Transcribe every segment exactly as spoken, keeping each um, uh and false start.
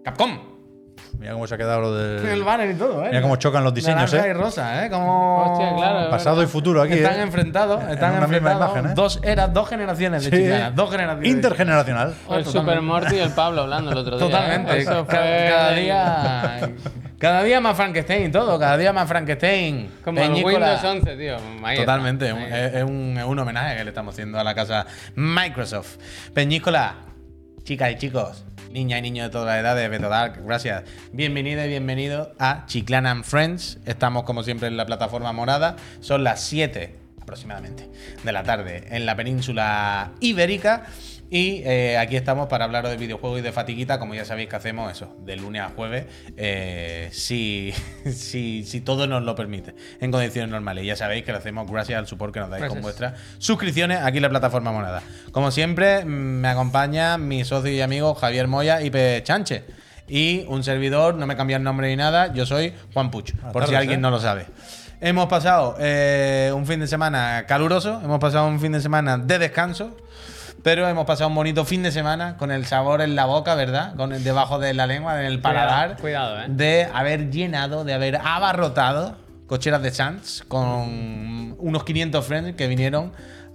Capcom. Mira cómo se ha quedado lo del. El banner y todo, ¿eh? Mira cómo chocan los diseños, Naranja ¿eh? y rosa, ¿eh? Como. Hostia, claro. Pasado y futuro aquí, Están ¿eh? enfrentados, están una misma enfrentados. imagen, ¿eh? Dos eras, dos generaciones de Sí. Chiclana, dos generaciones. Intergeneracional. El Totalmente. Super Morty y el Pablo hablando el otro día. Totalmente. ¿eh? Eso Ca- fue Cada día. Cada día más Frankenstein, todo. Cada día más Frankenstein. como el Peñícola. Windows once, tío. Ahí está. Totalmente. Ahí un- está. es, es un, es un homenaje que le estamos haciendo a la casa Microsoft. Peñícola, chicas y chicos, niñas y niños de todas las edades, Beto Dark, gracias. Bienvenido y bienvenido a Chiclana and Friends. Estamos como siempre en la plataforma morada. Son las siete aproximadamente de la tarde en la península ibérica. Y eh, aquí estamos para hablaros de videojuegos y de fatiguita, como ya sabéis que hacemos eso, de lunes a jueves, eh, si, si, si todo nos lo permite, en condiciones normales. Y ya sabéis que lo hacemos gracias al support que nos dais Gracias. con vuestras suscripciones aquí en la plataforma Monada. Como siempre, mm, me acompaña mi socio y amigo Javier Moya y P. Chanche. Y un servidor, no me cambia el nombre ni nada, yo soy Juan Puch, Buenas por si tardes, alguien ¿eh? no lo sabe. Hemos pasado eh, un fin de semana caluroso, hemos pasado un fin de semana de descanso. Pero hemos pasado un bonito fin de semana con el sabor en la boca, ¿verdad? Con el debajo de la lengua, en el paladar. Cuidado, cuidado, ¿eh? De haber llenado, de haber abarrotado cocheras de Sans con unos quinientos friends que vinieron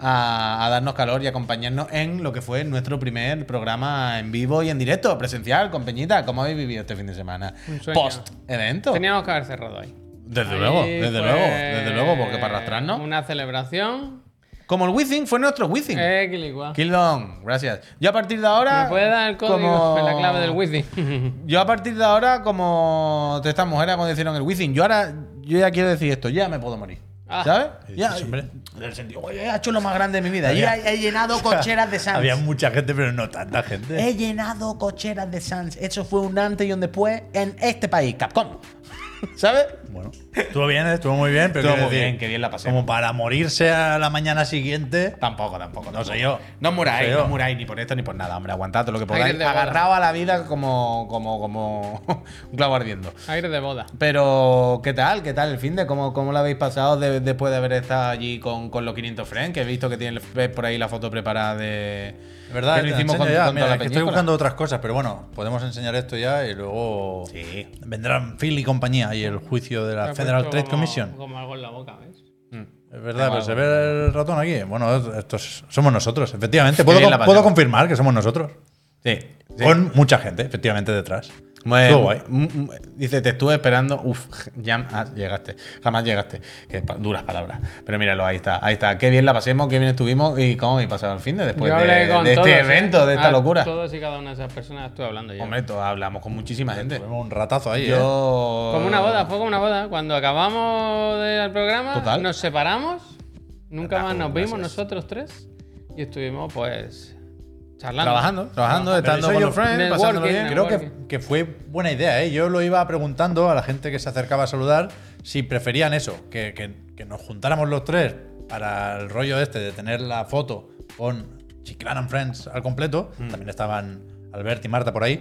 a, a darnos calor y acompañarnos en lo que fue nuestro primer programa en vivo y en directo, presencial, con Peñita. ¿Cómo habéis vivido este fin de semana? Un sueño. Post-evento. Teníamos que haber cerrado ahí. Desde Ahí luego, desde fue luego, desde luego, porque para arrastrarnos. Una celebración. Como el Wizzing fue nuestro Wizzing. Eh, quiligua. Kildon, gracias. Yo a partir de ahora. ¿Me puede dar el código? como- La clave del wifi. Yo a partir de ahora, como de estas mujeres cuando hicieron el Wizzing, yo ahora yo ya quiero decir esto, ya me puedo morir. Ah. ¿Sabes? ¿Qué Ya, dices, hombre? en el sentido, oye, he hecho lo más grande de mi vida. Había- Yo he, he llenado cocheras de Sans. Había mucha gente, pero no tanta gente. He llenado cocheras de Sans. Eso fue un antes y un después en este país, Capcom. ¿Sabes? Bueno, estuvo bien, ¿eh? Estuvo muy bien, pero Estuvo quiero muy decir, bien, qué bien la pasé. Como para morirse a la mañana siguiente. Tampoco, tampoco. No sé tampoco. yo. No muráis, No sé no, yo. muráis ni por esto ni por nada, hombre. Aguantad todo lo que podáis. Aires de boda. Agarrado a la vida como, como, como un clavo ardiendo. Aire de boda. Pero, ¿qué tal? ¿Qué tal el fin de? ¿Cómo, cómo lo habéis pasado de- después de haber estado allí con, con los quinientos friends? Que he visto que tienen ves por ahí la foto preparada de. Es verdad, que te lo la hicimos enseño con, ya. con Mira, toda es la que estoy peñícola. buscando otras cosas, pero bueno, podemos enseñar esto ya y luego Sí. vendrán Phil y compañía y el juicio de Me la ha Federal puesto Trade como- Commission. Como algo en la boca, ¿ves? Mm. Es verdad, Tengo pero se algo. ve el ratón aquí. Bueno, estos somos nosotros, efectivamente. Qué Puedo, bien la puedo pasemos. confirmar que somos nosotros. Sí. sí. Con mucha gente, efectivamente, detrás. Bueno, Estuvo guay. mm, mm, dice, te estuve esperando. Uf, ya ah, llegaste. Jamás llegaste. Qué pa- duras palabras. Pero míralo, ahí está. Ahí está. Qué bien la pasemos, qué bien estuvimos y cómo habéis pasado el fin de después Yo de, hablé con de todos, este ¿eh? evento, de esta A locura. Todos y cada una de esas personas estuve hablando yo. Hombre, todos hablamos con muchísima gente. Tuvimos un ratazo ahí, ¿eh? Yo. Como una boda, fue como una boda. Cuando acabamos del programa, Total. nos separamos. Nunca Verdad, más nos gracias. vimos nosotros tres. Y estuvimos, pues, charlando. Trabajando, trabajando, Pero estando eso con yo- los friends, Networking, pasándolo bien. networking. Creo que, que fue buena idea, ¿eh? Yo lo iba preguntando a la gente que se acercaba a saludar si preferían eso, que, que- que nos juntáramos los tres para el rollo este de tener la foto con Chiclana and Friends al completo. Mm. También estaban Albert y Marta por ahí.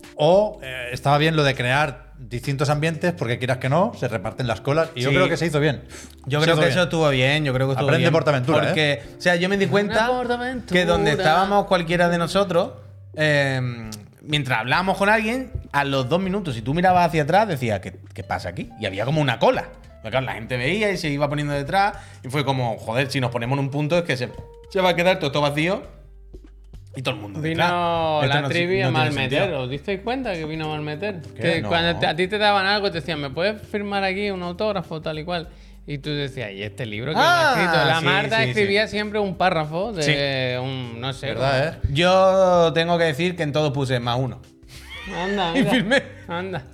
O eh, estaba bien lo de crear distintos ambientes, porque quieras que no, se reparten las colas. Y yo Sí. creo que se hizo bien. Yo Se creo hizo que bien. eso estuvo bien, yo creo que estuvo Aprende bien. Portaventura, Porque, o sea, yo me di cuenta Portaventura. que donde estábamos cualquiera de nosotros, eh, mientras hablábamos con alguien, a los dos minutos, si tú mirabas hacia atrás, decías, ¿qué, qué pasa aquí? Y había como una cola. Porque, claro, la gente veía y se iba poniendo detrás. Y fue como, joder, si nos ponemos en un punto es que se, se va a quedar todo esto vacío y todo el mundo detrás. Vino Esto la no- trivia no mal tiene meter. sentido. ¿Os disteis cuenta que vino mal meter? qué? Que No. cuando te- a ti te daban algo, te decían, ¿me puedes firmar aquí un autógrafo tal y cual? Y tú decías, ¿y este libro que me Ah, ha escrito? La sí, Marta sí, escribía siempre un párrafo de Sí. un, no sé. ¿Verdad, eh? Yo tengo que decir que en todo puse más uno. como- Anda, Y mira. firmé. Anda.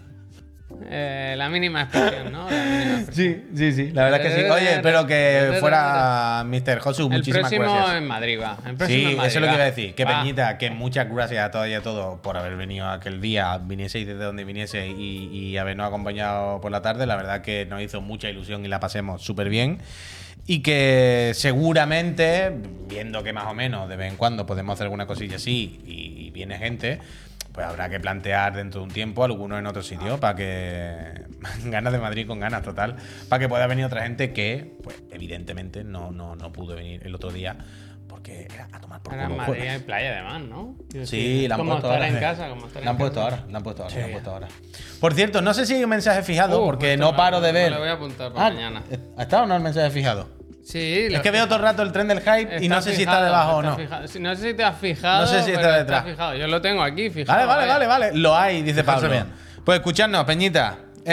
Eh, la mínima expresión, ¿no? La mínima expresión. Sí, sí, sí. La verdad es que sí. Oye, espero que fuera mister Josu. El Muchísimas próximo gracias. en Madrid va. El próximo Sí, en Madrid, eso es lo que va. iba a decir. Que Va. Peñita, que muchas gracias a todas y a todos por haber venido aquel día, vinieseis desde donde vinieseis y, y habernos acompañado por la tarde. La verdad que nos hizo mucha ilusión y la pasemos súper bien. Y que seguramente, viendo que más o menos de vez en cuando podemos hacer alguna cosilla así y, y viene gente, pues habrá que plantear dentro de un tiempo algunos en otro sitio para que. Ganas de Madrid con ganas, total. Para que pueda venir otra gente que, pues, evidentemente no, no, no pudo venir el otro día porque era a tomar por Ahora en culo. Madrid hay playa además, ¿no? Quiero Sí, decir, la han como puesto estar ahora. en casa, como estar La han en puesto casa. ahora, la han puesto ahora, Sí. la han puesto ahora. Por cierto, no sé si hay un mensaje fijado, Uh, porque esto no me- paro de me ver. lo voy a apuntar para Ah, mañana. ¿ha estado o no el mensaje fijado? Sí, Es lo- que veo todo el rato el tren del hype y no sé si está fijado, debajo o está no. fijado. Sí, no sé si te has fijado. No sé si está pero detrás. fijado. Yo lo tengo aquí fijado. Vale, vale, vaya. vale, vale. Lo hay, dice Fijarse Pablo. bien. Pues escuchadnos, Peñita.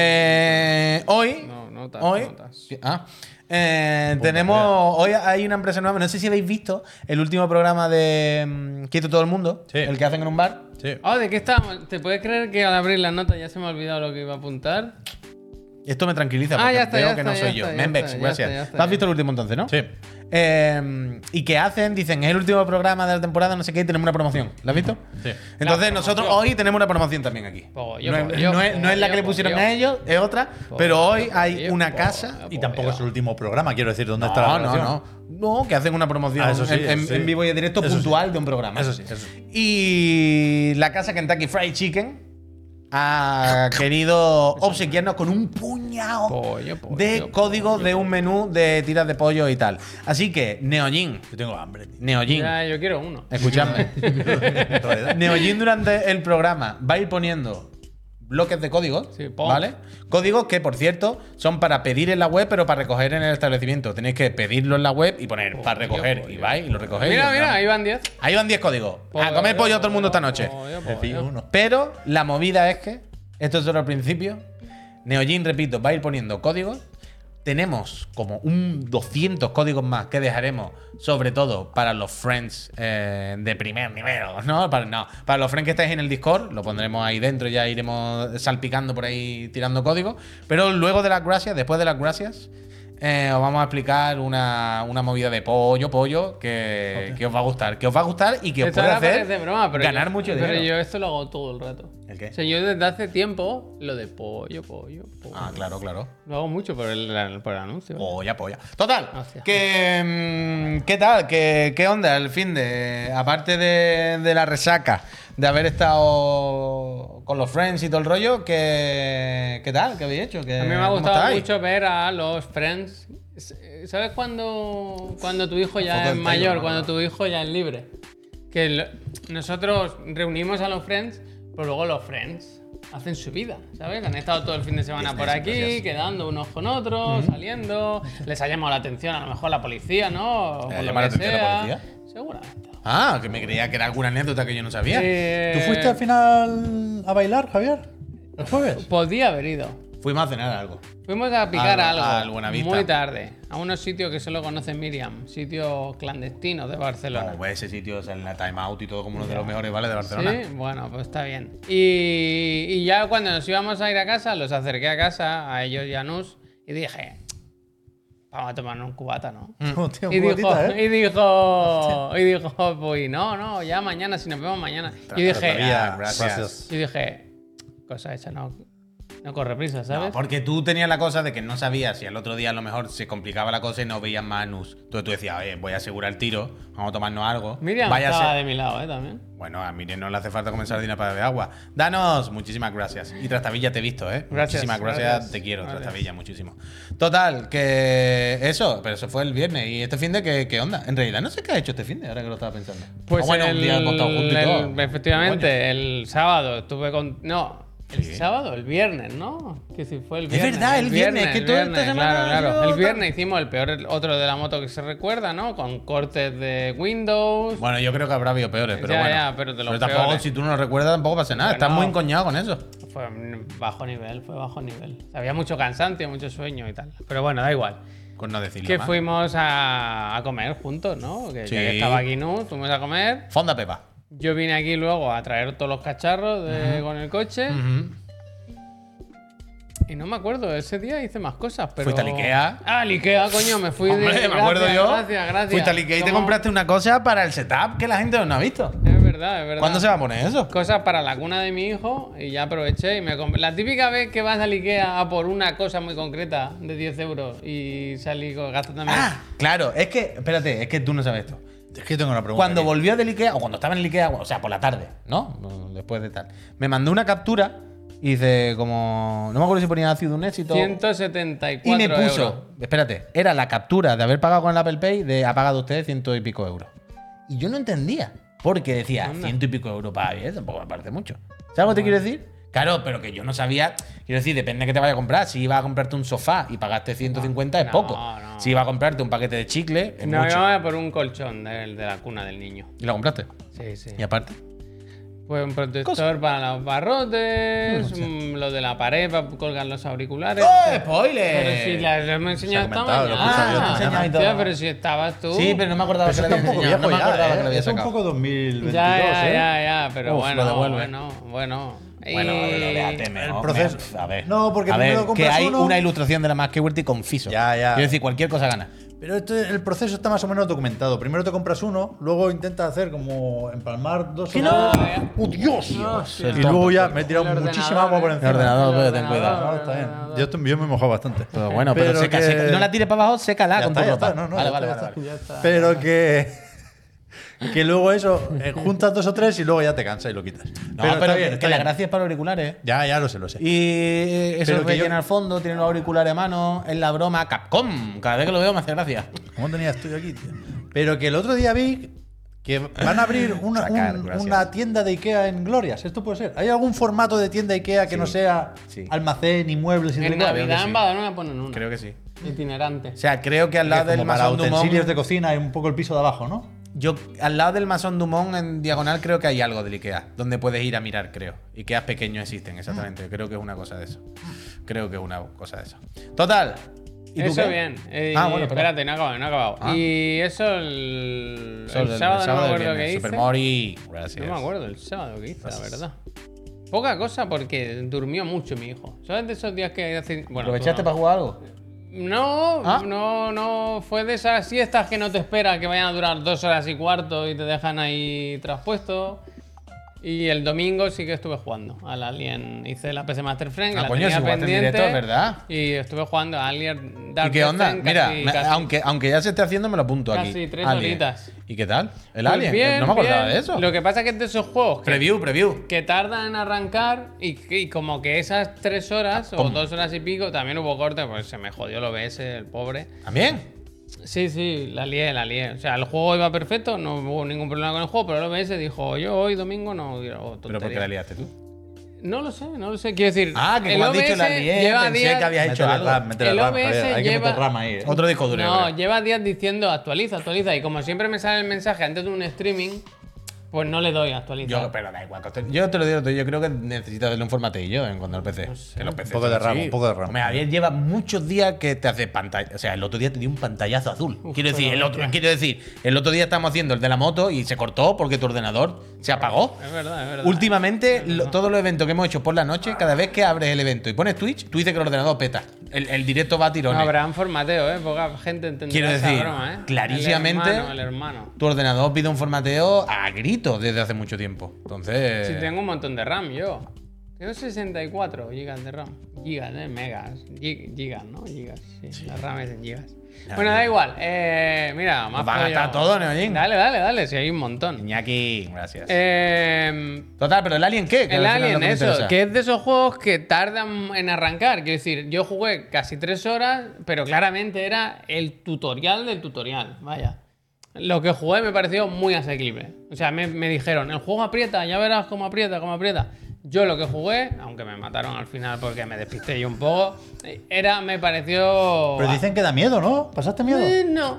Eh, hoy. No, notas, hoy. notas. Ah. Eh, tenemos. Hoy hay una empresa nueva. No sé si habéis visto el último programa de mm, Quieto todo el mundo. Sí. El que hacen en un bar. Sí. Oh, ¿de qué estábamos? ¿Te puedes creer que al abrir las notas ya se me ha olvidado lo que iba a apuntar? Esto me tranquiliza Ah, porque ya está, veo ya que está, no ya soy está, yo. ya Membex, está, ya gracias. está, ya está, ¿Lo has ya. visto el último entonces, no? Sí. Eh, y que hacen, dicen, es el último programa de la temporada, no sé qué, y tenemos una promoción. ¿Lo has visto? Sí. Entonces La nosotros promoción. hoy tenemos una promoción también aquí. Pollo, no, es, pollo, no es- no es la que le pollo, pusieron pollo. a ellos, es otra. Pollo, pero hoy hay pollo, una pollo, casa. Y tampoco es el último programa, quiero decir, ¿dónde está No, la no, relación? no. No, que hacen una promoción Ah, eso sí, en, en- eso sí. en vivo y en directo Eso sí. puntual de un programa. Eso sí, eso sí. Y la casa Kentucky Fried Chicken ha querido obsequiarnos con un puñado Pollo, pollo, de pollo, códigos de un menú de tiras de pollo y tal. Así que, Neojin, Yo tengo hambre, tío. Neojin, Ya, yo quiero uno. escuchadme. En realidad. Neojin durante el programa va a ir poniendo bloques de códigos, Sí, pon. ¿vale? Códigos que, por cierto, son para pedir en la web, pero para recoger en el establecimiento. Tenéis que pedirlo en la web y poner para recoger. pollo. Y vais y lo recogéis. Mira, y mira, os ahí van diez. Ahí van diez códigos. A comer pollo todo el mundo esta noche. Pollo, Me pillo pollo. uno. Pero la movida es que, esto es solo al principio, Neojin, repito, va a ir poniendo códigos. Tenemos como un doscientos códigos más que dejaremos, sobre todo para los friends eh, de primer nivel, ¿no? Para, no, para los friends que estáis en el Discord, lo pondremos ahí dentro, ya iremos salpicando por ahí, tirando códigos. Pero luego de las gracias, después de las gracias, eh, os vamos a explicar una, una movida de pollo, pollo, que, que os va a gustar. Que os va a gustar y que os Esto puede ahora hacer parece broma, pero ganar yo- mucho Pero dinero. yo esto lo hago todo el rato. ¿El qué? O sea, yo desde hace tiempo lo de pollo, pollo, pollo. Ah, claro, claro. Lo hago mucho por el, por el anuncio. Polla, polla. Total, Hostia. que, mm, ¿qué tal? ¿Qué, qué onda el fin de...? Aparte de, de la resaca, de haber estado con los friends y todo el rollo, ¿qué, qué tal? ¿Qué habéis hecho? ¿Qué, A mí me ha cómo gustado estáis? mucho ver a los friends. ¿Sabes cuando, cuando tu hijo foto ya es del mayor, Taylor, cuando ¿no? tu hijo ya es libre? Que lo- nosotros reunimos a los friends, pero luego los friends hacen su vida, ¿sabes? Han estado todo el fin de semana por Business, aquí, gracias. quedando unos con otros, saliendo. Les ha llamado la atención a lo mejor la policía, ¿no? O ¿Le ha lo llamado la que atención la sea. policía? Seguramente. Ah, que me creía que era alguna anécdota que yo no sabía. Eh, ¿Tú fuiste al final a bailar, Javier? ¿El jueves? Podía haber ido. Fuimos a cenar algo. Fuimos a picar Al- algo al Buenavista. muy tarde, a unos sitios que solo conoce Miriam, sitios clandestinos de Barcelona. Como ves ese sitio, o sea, en la Time Out y todo como uno de los mejores bares de Barcelona. Sí, bueno, pues está bien. Y, y ya cuando nos íbamos a ir a casa, los acerqué a casa, a ellos y a Nus, y dije, vamos a tomarnos un cubata, ¿no? Hostia, un Y dijo, cubatita, ¿eh? y dijo, y dijo, pues no, no, ya mañana, si nos vemos mañana. Y dije, Todavía, ah, gracias. y dije, cosa hecha, no, no corre prisa, ¿sabes? No, porque tú tenías la cosa de que no sabías si al otro día a lo mejor se complicaba la cosa y no veías más nus. Entonces tú decías, oye, voy a asegurar el tiro, vamos a tomarnos algo. Miriam Vaya a estaba ser- de mi lado, ¿eh? También. Bueno, a Miriam no le hace falta comer sardina para beber agua. Danos, muchísimas gracias. Y Trastavilla te he visto, ¿eh? Gracias, Muchísimas gracias, gracias. te quiero, Gracias. Trastavilla, muchísimo. Total, que eso, pero eso fue el viernes. ¿Y este fin de qué, qué onda? En realidad no sé qué ha hecho este fin de, ahora que lo estaba pensando. Pues Ah, bueno, el, un día hemos estado juntos y el- todo. efectivamente, el sábado estuve con. No, el Sí. sábado, el viernes, ¿no? Que si fue el Es viernes. verdad, el viernes, que el toda esta viernes, semana Claro, ha claro. sido El viernes hicimos el peor otro de la moto que se recuerda, ¿no? Con cortes de Windows. Bueno, yo creo que habrá habido peores, pero Ya, bueno. ya, pero de los tampoco, peores. si tú no lo recuerdas, tampoco pasa nada. Bueno. Estás muy encoñado con eso. Fue bajo nivel, fue bajo nivel. Había mucho cansancio, mucho sueño y tal. Pero bueno, da igual. Con no decirlo Que más. fuimos a, a comer juntos, ¿no? Que Sí. ya que estaba aquí, ¿no? Fuimos a comer. Fonda Pepa. Yo vine aquí luego a traer todos los cacharros de- con el coche. Ujú. Y no me acuerdo, ese día hice más cosas, pero... ¿Fuiste al Ikea? Ah, al Ikea, coño, me fui Hombre, de... me acuerdo gracias, yo. Gracias, gracias. Fuiste al Ikea y te ¿Cómo? compraste una cosa para el setup que la gente no ha visto. Es verdad, es verdad. ¿Cuándo se va a poner eso? Cosas para la cuna de mi hijo y ya aproveché y me compré... La típica vez que vas al Ikea a por una cosa muy concreta de diez euros y salí con- gastando también... Ah, claro, es que, espérate, es que tú no sabes esto. Es que tengo una pregunta. Cuando aquí. volvió del Ikea, o cuando estaba en el Ikea, o sea, por la tarde, ¿no? Después de tal. Me mandó una captura y dice como... No me acuerdo si ponía ha sido un éxito. ciento setenta y Y cuatro me puso, euros. espérate, era la captura de haber pagado con el Apple Pay de ha pagado usted ciento y pico euros. Y yo no entendía. Porque decía, Anda. ciento y pico euros para bien, tampoco me parece mucho. ¿Sabes lo que te quiero decir? Claro, pero que yo no sabía. Quiero decir, depende de qué te vaya a comprar. Si ibas a comprarte un sofá y pagaste ciento cincuenta es no, poco. no. Si ibas a comprarte un paquete de chicle, es No, mucho. yo por un colchón de, de la cuna del niño. ¿Y lo compraste? Sí, sí. Y aparte. Pues un protector para los barrotes, un- lo de la pared para colgar los auriculares. ¡Oh, spoiler! Pero si las hemos enseñado Se ha esta comentado, lo he mañana. escuchado yo esta Ah, mañana. y todo. Hostia, pero si estabas tú. Sí, pero no me acordaba Eso que lo está había un poco enseñado. viejo No me acordaba ya, que lo ¿eh? había Es un sacado. poco dos mil veintidós, Ya, ya, ¿eh? ya, ya, pero Uf, bueno, lo devuelve. bueno, bueno. Bueno, Y- lo déjate, el mejor, proceso- me- A ver. No, porque a primero ver, compras que hay uno- una ilustración de la más Keyword conciso. Ya, ya. Quiero decir, cualquier cosa gana. Pero esto- el proceso está más o menos documentado. Primero te compras uno, luego intentas hacer como empalmar dos o no? tres. Ya. ¡Oh, Dios! No, Y sí. luego ya me he tirado El muchísima ordenador, agua por eh. encima. El ordenador, El pero ten ordenador, cuidado. No, está bien. ordenador. Yo, estoy- yo me he mojado bastante. Pero bueno, pero, seca, que- seca. No la tires para abajo, sécala Ya con está, tu ya ropa. está, no, no, vale, ya vale, está, vale, ya vale. Ya está. Pero que. Que luego eso, eh, juntas dos o tres y luego ya te cansas y lo quitas. No, pero, está bien, que, está que la bien. gracia es para los auriculares. Ya, ya lo sé, lo sé. Y eso Pero es que yo- rellena al fondo, tiene los auriculares a mano, es la broma. Capcom, cada vez que lo veo me hace gracia. ¿Cómo tenías tú aquí, tío? Pero que el otro día vi que van a abrir una, Sacar, un- gracias. una tienda de Ikea en Glorias. ¿Esto puede ser? ¿Hay algún formato de tienda Ikea que Sí, no sea sí. almacén y muebles y En tal? Navidad sí. en Badalona ponen una. Creo que sí. Itinerante. O sea, creo que al lado Que es del como para Masón utensilios Dumont. de cocina y un poco el piso de abajo, ¿no? Yo, al lado del Masón Dumont, en diagonal, creo que hay algo del IKEA, donde puedes ir a mirar, creo. IKEAs pequeños existen, exactamente. Creo que es una cosa de eso. Creo que es una cosa de eso. Total. ¿Y tú Eso qué? bien. Eh, Ah, bueno, espera. espérate, no ha acabado, no ha acabado. Ah. Y eso el, Eso, el del- sábado, del no me del acuerdo qué viernes. hice. Super Mori. Gracias. No me acuerdo el sábado que hice, la verdad. Poca cosa porque durmió mucho mi hijo. ¿Sabes de esos días que hacen. Bueno, ¿Aprovechaste tú para no. jugar algo? No, Ah. no, no. Fue de esas siestas que no te esperas que vayan a durar dos horas y cuarto y te dejan ahí traspuesto. Y el domingo sí que estuve jugando al Alien. Hice la P C Master Friend, que Ah, la coño, tenía si jugaste en pendiente. directo, es verdad. Y estuve jugando a Alien Dark ¿Y qué onda? Descent Mira, casi- me- casi- aunque, aunque ya se esté haciendo, me lo apunto aquí. Casi tres Alien. horitas. ¿Y qué tal? ¿El Pues Alien? bien, no me acordaba bien. de eso. Lo que pasa es que es de esos juegos que, Preview, preview. que tardan en arrancar y, y como que esas tres horas o ¿Cómo? dos horas y pico también hubo corte, pues se me jodió el O B S, el pobre. ¿También? Sí, sí, la lié, la lié. O sea, el juego iba perfecto, no hubo ningún problema con el juego, pero el O B S dijo, yo hoy domingo no quiero ¿Pero por qué la liaste tú? No lo sé, no lo sé. Quiero decir, Ah, que el como has dicho, la O B S lié, lleva pensé días- que habías hecho Métele algo. RAM, métele El RAM, O B S Javier, hay que lleva- meter RAM ahí. ¿eh? Otro disco duro. yo No, creo. lleva días diciendo actualiza, actualiza. Y como siempre me sale el mensaje antes de un streaming, pues no le doy a actualizar. Yo, pero da igual. coste- Yo te lo digo, yo creo que necesitas darle un formateillo en cuanto al P C. Que los P C Un poco de son RAM, así. un poco de RAM. Hombre, Javier lleva muchos días que te hace pantalla. O sea, el otro día te dio un pantallazo azul. Uf, quiero decir, pero el otro, bestia. quiero decir, el otro día estábamos haciendo el de la moto y se cortó porque tu ordenador se apagó. Es verdad, es verdad. Últimamente, lo- todos los eventos que hemos hecho por la noche, cada vez que abres el evento y pones Twitch, tú dices que el ordenador peta. El, el directo va a No tirones. habrán formateo, ¿eh? Poca gente entenderá Quiero esa decir, broma, ¿eh? clarísimamente- El hermano, el hermano. Tu ordenador pide un formateo a gritos desde hace mucho tiempo. Entonces. Si tengo un montón de RAM yo. Tengo sesenta y cuatro gigas de RAM. Gigas, ¿eh? Megas. Gig- gigas, ¿no? Gigas. Sí, la RAM es en gigas. Ya, bueno, ya. da igual. Eh, mira, más Nos va a gastar todo, Neojin. Dale, dale, dale. Si hay un montón. Iñaki, gracias. Eh, Total, pero el Alien, ¿qué? Que el al final es lo Alien, que me eso, interesa. que es de esos juegos que tardan en arrancar. Quiero decir, yo jugué casi tres horas, pero claramente era el tutorial del tutorial. Vaya. Lo que jugué me pareció muy asequible. O sea, me, me dijeron, el juego aprieta, ya verás cómo aprieta, cómo aprieta. Yo lo que jugué, aunque me mataron al final porque me despisté yo un poco, era, me pareció... Pero dicen que da miedo, ¿no? ¿Pasaste miedo? Eh, no,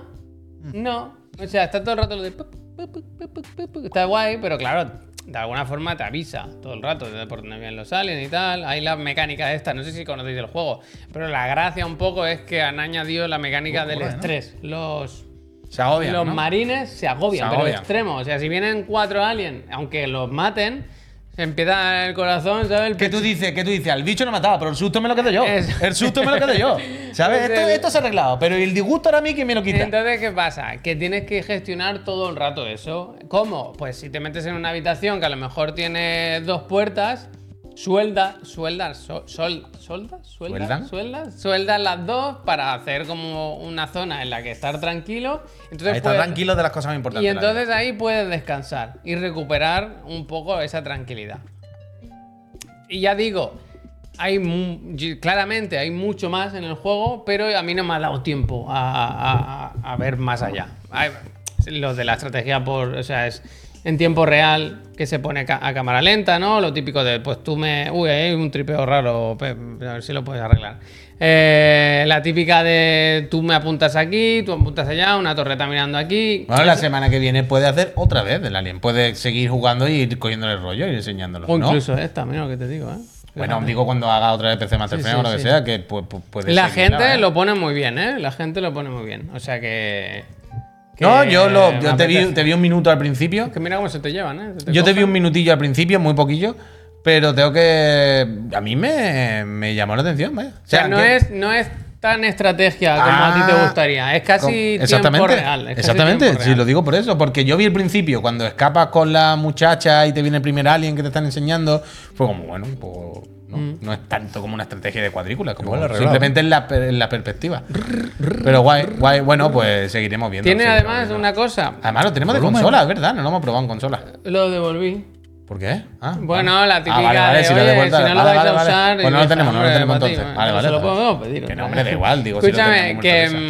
no. O sea, está todo el rato lo de... pu, pu, pu, pu, pu, pu, pu, está guay, pero claro, de alguna forma te avisa todo el rato de por dónde vienen los aliens y tal. Hay la mecánica esta, no sé si conocéis el juego, pero la gracia un poco es que han añadido la mecánica del guay, ¿no? estrés. Los... Se agobian, Los ¿no? marines se agobian, Se pero agobian. extremo. O sea, si vienen cuatro aliens, aunque los maten, se empieza el corazón, ¿sabes? El ¿Qué tú dices? ¿Qué tú dices? Al bicho no mataba, pero el susto me lo quedo yo. Es- El susto me lo quedo yo. ¿Sabes? Pues Esto, el- esto se ha arreglado, pero el disgusto ahora a mí que me lo quita. Entonces, ¿qué pasa? Que tienes que gestionar todo el rato eso. ¿Cómo? Pues si te metes en una habitación que a lo mejor tiene dos puertas, suelda, suelda, so- sol, solda, suelda, ¿Sueldan? suelda, sueldas las dos para hacer como una zona en la que estar tranquilo. Entonces Ahí está puedes- tranquilo de las cosas más importantes. Y de la vida. entonces ahí puedes descansar y recuperar un poco esa tranquilidad. Y ya digo, hay mu- claramente hay mucho más en el juego, pero a mí no me ha dado tiempo a, a- a- a ver más allá. Hay- los de la estrategia por, o sea, es en tiempo real que se pone a cámara lenta, ¿no? Lo típico de, pues tú me... Uy, hay un tripeo raro, a ver si lo puedes arreglar. Eh, la típica de tú me apuntas aquí, tú apuntas allá, una torreta mirando aquí. Bueno, la semana que viene puede hacer otra vez del Alien. Puede seguir jugando y ir cogiéndole el rollo y enseñándolo. O ¿no? incluso esta, mira lo que te digo, ¿eh? Bueno, digo cuando haga otra vez P C Master Sí, Frame sí, o lo que sí. sea, que pu- pu- puede La seguirla, gente ¿eh? lo pone muy bien, ¿eh? La gente lo pone muy bien. O sea que... que No, yo, lo, me yo te, vi, apetece. te vi un minuto al principio. Es que mira cómo se te llevan, ¿eh? Se te Yo te cogen. vi un minutillo al principio, muy poquillo. Pero tengo que. A mí me, me llamó la atención, vaya. O sea, no que- es, no es tan estrategia como a ti te Ah, gustaría. Es com- casi tiempo exactamente, real. es casi exactamente, tiempo sí, real. lo digo por eso, porque yo vi el principio, cuando escapas con la muchacha y te viene el primer alien que te están enseñando, fue como, bueno, pues no, Mm. no es tanto como una estrategia de cuadrícula, como Igual arreglado. simplemente en la, per- en la perspectiva. Pero guay, guay, bueno, pues seguiremos viendo. Tiene seguiremos además viendo. una cosa. Además lo tenemos de Volumen. consola, es verdad, no lo hemos probado en consola. Lo devolví. ¿Por qué? Ah, Bueno, vale. la típica Ah, vale, vale, de, si lo de oye, vuelta- si no lo vale, vais vale, a vale. usar... Pues no y lo dices, tenemos, no lo hombre, tenemos para ti, entonces. bueno, Vale, vale. Se lo vale. podemos pedir. Que no, hombre. hombre, da igual, digo, si lo Escúchame, tenemos que... como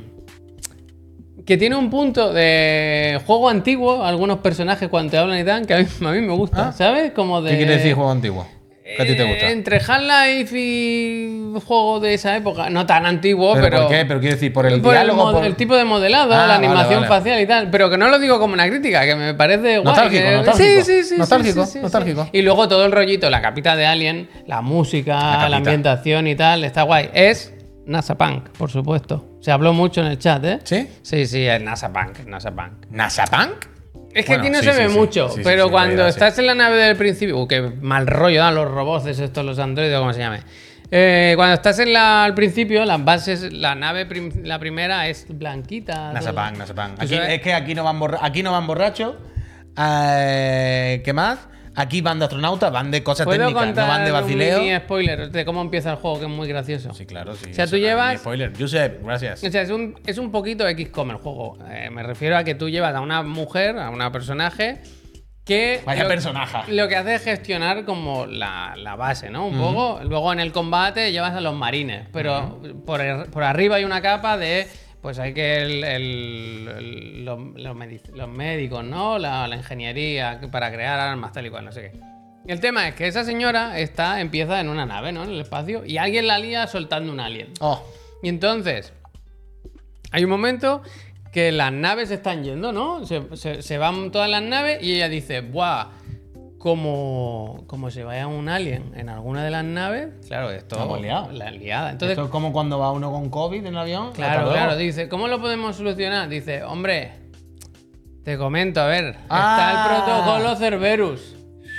mm, que tiene un punto de juego antiguo, algunos personajes cuando te hablan y tal, que a mí, a mí me gusta, Ah. ¿sabes? Como de... ¿Qué quiere decir juego antiguo? ¿Qué a ti te gusta? Eh, entre Half-Life y juego de esa época, no tan antiguo, ¿Pero, pero... por qué? ¿Pero quiere decir por el por el, diálogo? mod- por- el tipo de modelado, Ah, la vale, animación vale. facial y tal. Pero que no lo digo como una crítica, que me parece guay. Nostálgico, que- nostálgico. Sí, sí, sí. Nostálgico, sí, sí, sí, nostálgico. sí. Y luego todo el rollito, la capita de Alien, la música, La la, capita. ambientación y tal, está guay. Es NASA Punk, por supuesto. Se habló mucho en el chat, ¿eh? ¿Sí? Sí, sí, es NASA Punk, es NASA Punk. ¿NASA Punk? Es que Bueno, aquí no sí, se sí, ve sí. mucho, Sí, sí, pero sí, en cuando realidad, sí. estás en la nave del principio, uh, que mal rollo dan los robots estos, los androides, o como se llame. Eh, cuando estás en la, al principio, las bases, la nave, prim- la primera es blanquita. NASA todo. Punk, NASA Punk. ¿Tú Aquí, sabes? es que aquí no van, borra- aquí no van borrachos. Eh, ¿Qué más? Aquí van de astronautas, van de cosas ¿Puedo técnicas, contar no van de un vacileo. mini spoiler de cómo empieza el juego, que es muy gracioso? Sí, claro, sí. O sea, eso tú no es llevas- ni Spoiler. Josep, gracias. O sea, es un, es un poquito X COM el juego. Eh, me refiero a que tú llevas a una mujer, a una personaje, que... Vaya lo- personaje. Lo que hace es gestionar como la, la base, ¿no? Un poco. Luego en el combate llevas a los marines, pero por, er- por arriba hay una capa de... Pues hay que el, el- el- los, los medic- los médicos, ¿no? La, la ingeniería que- para crear armas, tal y cual, no sé qué. Y el tema es que esa señora está, empieza en una nave, ¿no? En el espacio, y alguien la lía soltando un alien. Oh, Y entonces, hay un momento que las naves se están yendo, ¿no? Se, se- se van todas las naves y ella dice, ¡buah! Como, como se vaya un alien en alguna de las naves, claro, esto Estamos liados. la liada. Entonces, esto es como cuando va uno con COVID en el avión. hasta claro, luego. claro, dice, ¿cómo lo podemos solucionar? Dice, hombre, te comento, a ver, Ah. está el protocolo Cerberus.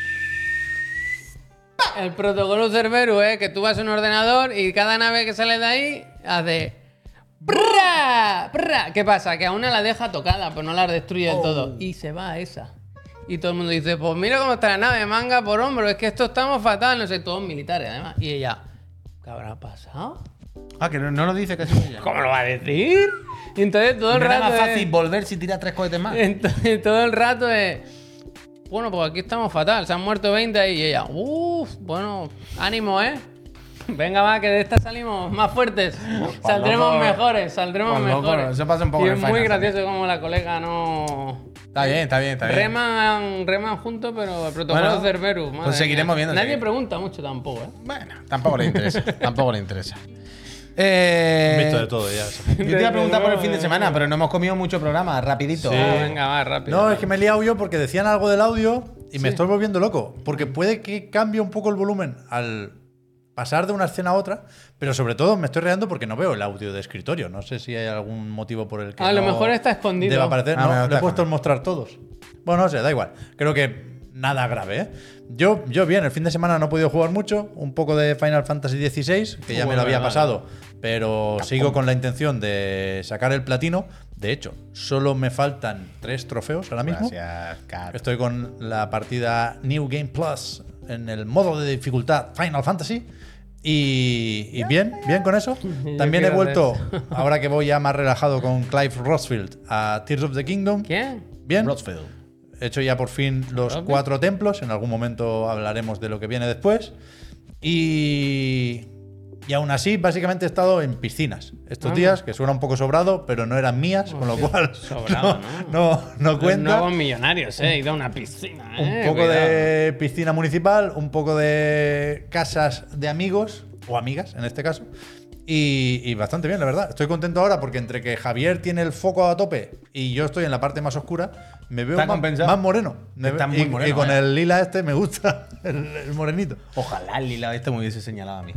El protocolo Cerberus es que tú vas a un ordenador y cada nave que sale de ahí hace... ¡Prra! ¡Prra! ¿Qué pasa? Que a una la deja tocada, pero no la destruye del todo. Y se va a esa. Y todo el mundo dice, pues mira cómo está la nave, manga por hombro, es que esto estamos fatal, no sé, todos militares además. Y ella, ¿qué habrá pasado? Ah, que no, no lo dice casi ella. ¿Cómo lo va a decir? Y entonces todo el ¿No era rato más es- fácil volver si tira tres cohetes más? entonces todo el rato es... Bueno, pues aquí estamos fatal, se han muerto veinte ahí. Y ella, uff, bueno, ánimo, ¿eh? Venga, va, que de esta salimos más fuertes. Saldremos loco. mejores, saldremos Pa'l loco, mejores. eso pasa un poco Y en es el muy Final gracioso como la colega no... Está bien, está bien, está bien. Reman, reman juntos, pero el protocolo Bueno, Cerberus. madre pues seguiremos mía. viendo, Nadie seguiremos. pregunta mucho tampoco, ¿eh? Bueno, tampoco le interesa. tampoco le interesa. Eh, He visto de todo ya. Yo te iba a preguntar por el fin de semana, pero no hemos comido mucho programa, rapidito. Sí. Ah, venga, va, rápido. No, es que me he liado yo porque decían algo del audio y me estoy volviendo loco. Porque puede que cambie un poco el volumen al pasar de una escena a otra, pero sobre todo me estoy reando porque no veo el audio de escritorio. No sé si hay algún motivo por el que. A lo no mejor está escondido. Debe aparecer. Ah, No, me lo le he está puesto el mostrar todos. Bueno, no sé, da igual. Creo que nada grave, ¿eh? Yo, yo bien, el fin de semana no he podido jugar mucho. Un poco de Final Fantasy dieciséis, que ya me lo Bueno, había vale. pasado, pero sigo con la intención de sacar el platino. De hecho, solo me faltan tres trofeos ahora mismo. Gracias, Kat. Estoy con la partida New Game Plus en el modo de dificultad Final Fantasy. Y, y bien, bien con eso. Yo También he quiero vuelto, hacer ahora que voy ya más relajado con Clive Rothfield, a Tears of the Kingdom. ¿Quién? Bien. Rothfield. He hecho ya por fin los ¿Rothfield? cuatro templos. En algún momento hablaremos de lo que viene después. Y Y aún así, básicamente he estado en piscinas estos Ah. días, que suena un poco sobrado, pero no eran mías, con lo Hostia, cual sobrado, no, no, no cuenta. Nuevos millonarios, eh. He ido a una piscina, Un eh. poco cuidado. de piscina municipal, un poco de casas de amigos, o amigas en este caso. Y, y bastante bien, la verdad. Estoy contento ahora porque entre que Javier tiene el foco a tope y yo estoy en la parte más oscura, me veo Está más, compensado. más moreno. Me Está ve- muy y, moreno, y con eh. el lila este me gusta, el, el morenito. Ojalá el lila este me hubiese señalado a mí.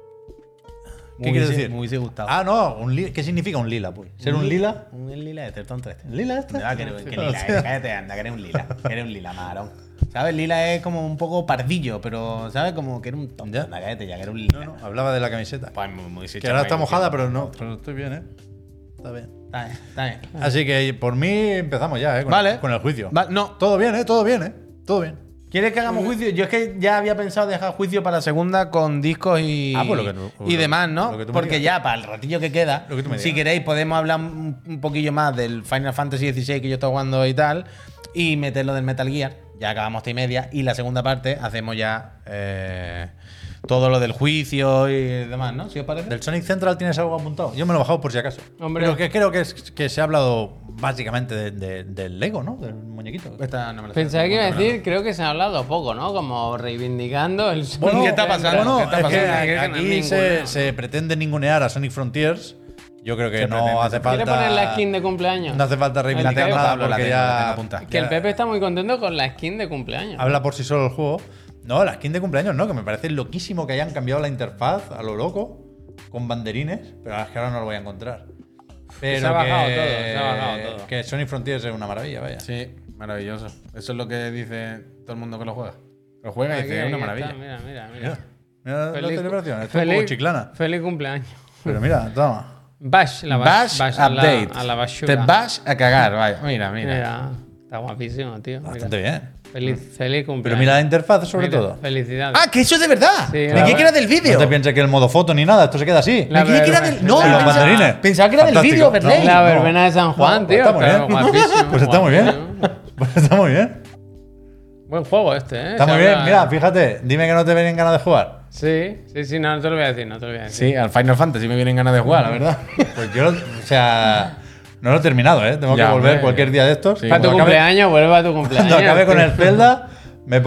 ¿Qué Me quieres hubiese- decir? Me hubiese gustado. Ah, no, un li- ¿qué significa un lila? Pues? ¿Ser un lila? Un lila este, el tonto este. ¿Un lila este? No, que, que O lila, sea- eh, cállate, anda, que eres un lila. Que eres un lila, marón. ¿Sabes? Lila es como un poco pardillo, pero, ¿sabes? Como que era un tonto. Ya. Anda, cállate ya, que era un lila. No, no, hablaba de la camiseta. Pues muy, muy Que ahora está mojada, pero no. Pero estoy bien, ¿eh? Está bien. Está bien, está bien. Así que por mí empezamos ya, ¿eh? Con, Vale. con el juicio. Va- no, Todo bien, ¿eh? Todo bien, ¿eh? Todo bien. ¿quieres que hagamos juicio? Yo es que ya había pensado dejar juicio para la segunda con discos y, Ah, pues lo que tú- y lo- demás, ¿no? lo que tú me Porque digas. ya para el ratillo que queda, Lo que tú me si digas. queréis, podemos hablar un, un poquillo más del Final Fantasy dieciséis que yo estoy jugando y tal, y meterlo del Metal Gear. Ya acabamos hasta y media. Y la segunda parte hacemos ya eh, todo lo del juicio y demás, ¿no? ¿Si os parece? ¿Del Sonic Central tienes algo apuntado? Yo me lo he bajado por si acaso. Hombre. Pero que creo que, es, que se ha hablado básicamente de- de- del Lego, ¿no? Del muñequito. Esta no me la sé. Pensaba que iba a No me la decir, creo que se ha hablado poco, ¿no? Como reivindicando el Bueno, ¿qué está pasando? Bueno, ¿Qué está es que pasando? Que no es aquí ninguno, se, ¿no? se pretende ningunear a Sonic Frontiers. Yo creo que Se no pretende, hace se falta. ¿Quiere poner la skin de cumpleaños? No hace falta La reivindicar tengo, nada Pablo, la porque tengo, la tengo ya. apuntada. Que el ya Pepe está muy contento con la skin de cumpleaños. habla por sí solo el juego. No, la skin de cumpleaños no, que me parece loquísimo que hayan cambiado la interfaz a lo loco con banderines, pero es que ahora no lo voy a encontrar. Pero Se ha bajado que, todo, se ha bajado todo. Que Sonic Frontiers es una maravilla, vaya. Sí, maravilloso. Eso es lo que dice todo el mundo que lo juega. Lo juega y Aquí, dice, es una aquí maravilla. está, Mira, mira, mira. Mira, mira la Feliz- celebración, esto es un feliz- poco chiclana. Feliz cumpleaños. Pero mira, toma. Bash, la Bash, bash, bash a la- update. a la basura. Te vas a cagar, vaya. Mira, mira. Mira, está guapísimo, tío. Mira. Bastante bien. Feliz, feliz cumpleaños. Pero mira la interfaz sobre Mira, todo. Felicidades. Ah, que eso es de verdad. Sí, Me claro. creí que era del vídeo. No te pienses que el modo foto ni nada, esto se queda así. La Me creí que era del. No, ¿Y los pensaba- banderines? Pensaba que era del Fantástico. vídeo, ¿verdad? La No, verbena de San Juan, no, pues tío. está muy Claro, bien. guapísimo. Pues está muy bien. guapísimo. Pues está muy bien. Buen juego este, ¿eh? Está Se muy bien. habla- Mira, fíjate, dime que no te vienen ganas de jugar. Sí, sí, sí, no, no te lo voy a decir, no te lo voy a decir. Sí, al Final Fantasy me vienen ganas de jugar, la verdad. Pues yo, o sea, no lo he terminado, ¿eh? Tengo Ya, que volver hombre. cualquier día de estos. Sí. Para tu Cuando acabe- cumpleaños, vuelve a tu cumpleaños. Cuando acabe con tío. el Zelda, me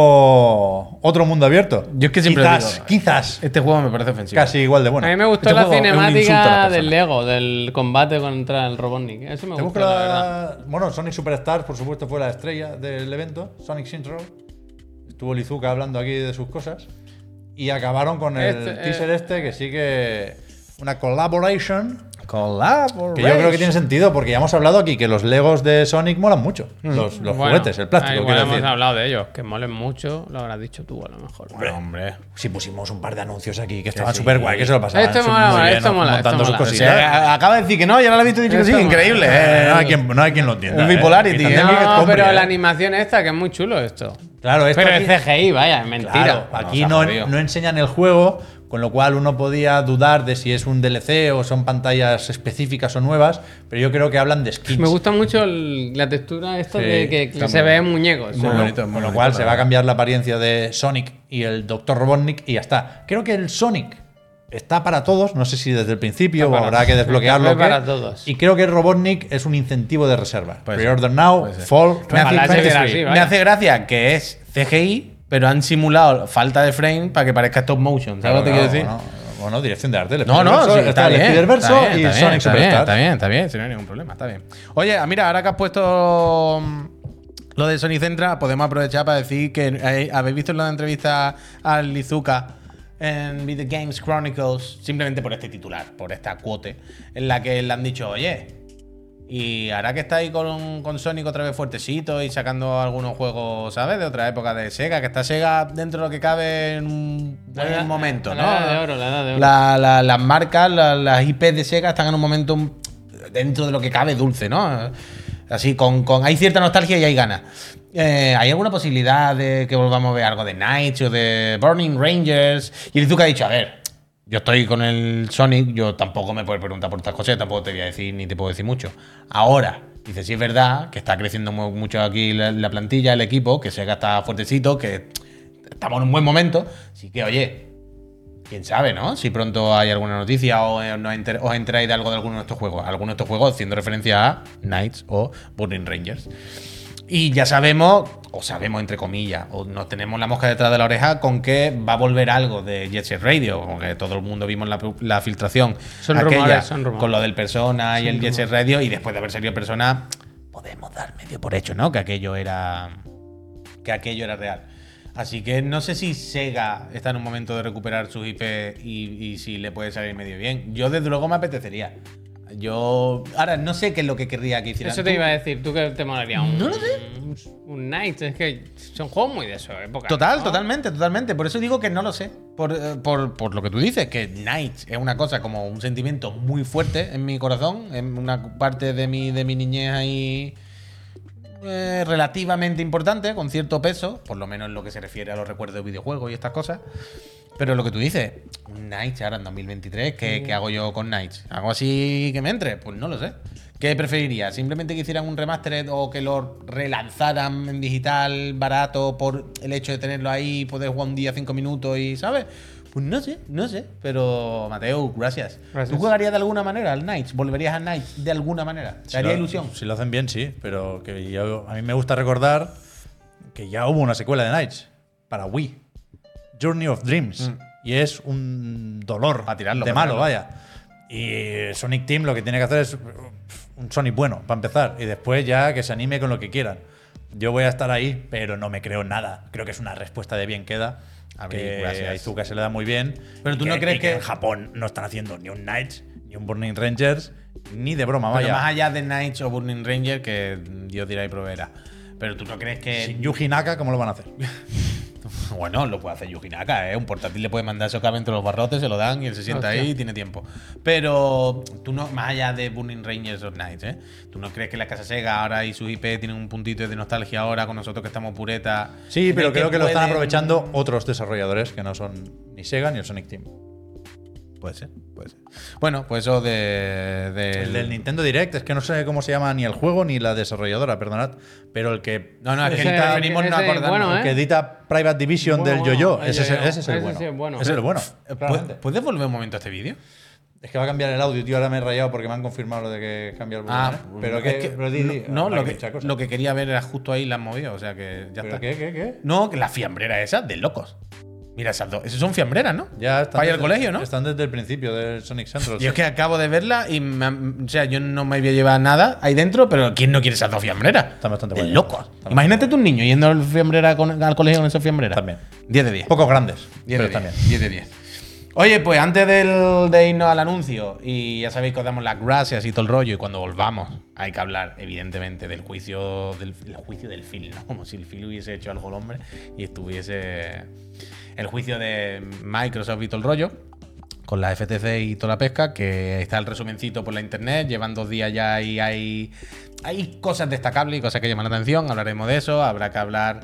pongo otro mundo abierto. Yo es que siempre quizás, digo, quizás, Este juego me parece ofensivo. casi igual de bueno. A mí me gustó Este la juego es un insulto a las cinemática personas. del Lego, del combate contra el Robotnik. Eso me Te gustó, busco la verdad. la... Bueno, Sonic Superstars, por supuesto, fue la estrella del evento. Sonic Central. Estuvo Lizuka hablando aquí de sus cosas. Y acabaron con el Este, eh, teaser este, que sí que. Una collaboration. Collaboration. Que yo creo que tiene sentido, porque ya hemos hablado aquí que los Legos de Sonic molan mucho. Los, los Bueno, juguetes, el plástico, ah, igual quiero hemos decir. hablado de ellos, que molen mucho, lo habrás dicho tú a lo mejor. Bueno, hombre. Sí, pusimos un par de anuncios aquí que estaban sí. súper guay, que se lo pasaban. Esto su- mola, muy mola, bien, esto ¿no? mola, montando esto sus mola. O cositas. sea, acaba de decir que no, ya lo he visto y dicho que sí. Eso, Increíble. Eh, no, hay Eh, quien, no hay quien lo entienda. El eh. bipolarity, Y eh. también que No, compre, pero eh. la animación esta, que es muy chulo esto. Claro, esto Pero aquí- es C G I, vaya, es mentira. Claro, Bueno, aquí se ha no, jodido. no enseñan el juego, con lo cual uno podía dudar de si es un D L C o son pantallas específicas o nuevas, pero yo creo que hablan de skins. Me gusta mucho el- la textura esta Sí, de que, que está se muy ve bien. en muñecos. Muy ¿no? bonito, muy Con lo bonito, cual la se va a verdad. cambiar la apariencia de Sonic y el doctor Robotnik y ya está. Creo que el Sonic está para todos, no sé si desde el principio Está o para- habrá que desbloquearlo. está o qué. para todos. Y creo que el Robotnik es un incentivo de reserva. Puede ser, Pre-order now, puede ser. fall Me hace, Ojalá se viera veintitrés. así, me vaya. hace gracia que es C G I, pero han simulado falta de frame para que parezca stop motion. ¿Sabes lo que te quiero decir? Bueno, bueno, dirección de arte. el No, no, Spider-Verse, sí, está está el bien. Spider-Verse está bien, y está bien, Sonic está bien, Superstars. está bien, está bien, si no hay ningún problema, está bien. Oye, ah, mira, ahora que has puesto mm, lo de Sonic Central, podemos aprovechar para decir que eh, habéis visto en la entrevista al Lizuka en Video Games Chronicles, simplemente por este titular, por esta cuote, en la que le han dicho, oye, y ahora que estáis con, con Sonic otra vez fuertecito y sacando algunos juegos, ¿sabes? De otra época de Sega, que está Sega dentro de lo que cabe en un La buen edad- momento, la ¿no? edad de oro, la edad de oro. La- la- las marcas, la- las I P de Sega están en un momento mm, dentro de lo que cabe dulce, ¿no? Así, con, con hay cierta nostalgia y hay ganas. Eh, ¿Hay alguna posibilidad de que volvamos a ver algo de Knights o de Burning Rangers? Y el Izuka ha dicho, a ver, yo estoy con el Sonic, yo tampoco me puedo preguntar por estas cosas, tampoco te voy a decir ni te puedo decir mucho. Ahora, dice, sí es verdad que está creciendo mu- mucho aquí la, la plantilla, el equipo, que Sega está fuertecito, que estamos en un buen momento, así que, oye, quién sabe, ¿no? Si pronto hay alguna noticia o eh, no enter- os enteráis de algo de alguno de estos juegos. Algunos de estos juegos haciendo referencia a Knights o Burning Rangers. Y ya sabemos, o sabemos entre comillas, o nos tenemos la mosca detrás de la oreja con que va a volver algo de Jet Set Radio, como que todo el mundo vimos la, la filtración Son aquella rumores, son rumores. con lo del Persona y el Jet Set Radio, y después de haber salido Persona, podemos dar medio por hecho, ¿no? Que aquello era. Que aquello era real. Así que no sé si Sega está en un momento de recuperar sus I P y, y si le puede salir medio bien. Yo desde luego me apetecería. Yo ahora no sé qué es lo que querría que hicieran. Eso te ¿Tú? iba a decir, ¿tú qué te molaría? Un, No lo sé. Un, un Knight, es que son juegos muy de su época. Total, ¿no? totalmente, totalmente. Por eso digo que no lo sé. Por, eh, por, por lo que tú dices, que Knights es una cosa como un sentimiento muy fuerte en mi corazón, en una parte de mi, de mi niñez ahí eh, relativamente importante, con cierto peso, por lo menos en lo que se refiere a los recuerdos de videojuegos y estas cosas. Pero lo que tú dices, un Knights ahora en dos mil veintitrés, ¿qué, ¿qué hago yo con Knights? ¿Algo así que me entre? Pues no lo sé. ¿Qué preferiría? ¿Simplemente que hicieran un remastered o que lo relanzaran en digital barato por el hecho de tenerlo ahí, poder jugar un día cinco minutos y, ¿sabes? Pues no sé, no sé. Pero, Mateo, gracias. Gracias. ¿Tú jugarías de alguna manera al Knights? ¿Volverías al Knights de alguna manera? ¿Te Si haría lo- ilusión? Si lo hacen bien, sí. Pero que yo- a mí me gusta recordar que ya hubo una secuela de Knights para Wii. Journey of Dreams. Mm. Y es un dolor Pa' tirarlo, de pa' malo, tirarlo. vaya. Y Sonic Team lo que tiene que hacer es un Sonic bueno, para empezar. Y después ya que se anime con lo que quieran. Yo voy a estar ahí, pero no me creo nada. Creo que es una respuesta de bien queda. A ver, Que gracias. a Izuka se le da muy bien. Pero tú Y no crees y que- en Japón no están haciendo ni un Knights, ni un Burning Rangers, ni de broma, Pero vaya. más allá de Knights o Burning Ranger, que Dios dirá y proveerá. Pero tú no crees que. Sin Yuji Naka, ¿cómo lo van a hacer? Bueno, lo puede hacer Yuji Naka, ¿eh? Un portátil le puede mandar eso cabe entre los barrotes, se lo dan y él se sienta Hostia. ahí y tiene tiempo. Pero tú no, más allá de Burning Rangers o Knights, ¿eh? ¿Tú no crees que la casa Sega ahora y sus I P tienen un puntito de nostalgia ahora con nosotros que estamos puretas? Sí, en pero el creo que lo están pueden- aprovechando otros desarrolladores que no son ni Sega ni el Sonic Team. Puede ser, puede ser. Bueno, pues eso de. del- El del Nintendo Direct, es que no sé cómo se llama ni el juego ni la desarrolladora, perdonad. Pero el que, No, no, es que Ese- preferimos no ese, acordarnos. bueno, el ¿eh? que edita Private Division Bueno, del bueno, Yo-Yo, el ese, es el- Yo-Yo. ese es el Ese bueno. sí es bueno. Ese es el bueno. ¿Pu- claramente. ¿Puedes volver un momento a este vídeo? Es que va a cambiar el audio, tío. Ahora me he rayado porque me han confirmado lo de que cambia el volumen. Ah, ¿eh? pero es que, que- pero di- di, no, habrá lo que que, echar cosas. lo que quería ver era justo ahí las movidas, o sea que ya ¿Pero está. qué, qué, qué? No, que la fiambrera esa, de locos. Mira esas dos. Esas son fiambreras, ¿no? Ya están Para ir al desde- colegio, ¿no? Están desde el principio del Sonic Central. Yo es que acabo de verla y, me han- o sea, yo no me voy a llevar nada ahí dentro, pero ¿quién no quiere esas dos fiambreras? Están bastante De guays. locos. Están Imagínate tú un niño yendo al, fiambrera con- al colegio con esas fiambreras. También. diez de diez. Pocos grandes, diez pero de también. diez. diez de diez. Oye, pues antes del- de irnos al anuncio, y ya sabéis que os damos las gracias y todo el rollo, y cuando volvamos hay que hablar, evidentemente, del juicio del, el juicio del Phil, ¿no? Como si el Phil hubiese hecho algo al hombre y estuviese el juicio de Microsoft y todo el rollo, con la F T C y toda la pesca, que está el resumencito por la internet, llevan dos días ya y hay, hay cosas destacables y cosas que llaman la atención, hablaremos de eso, habrá que hablar...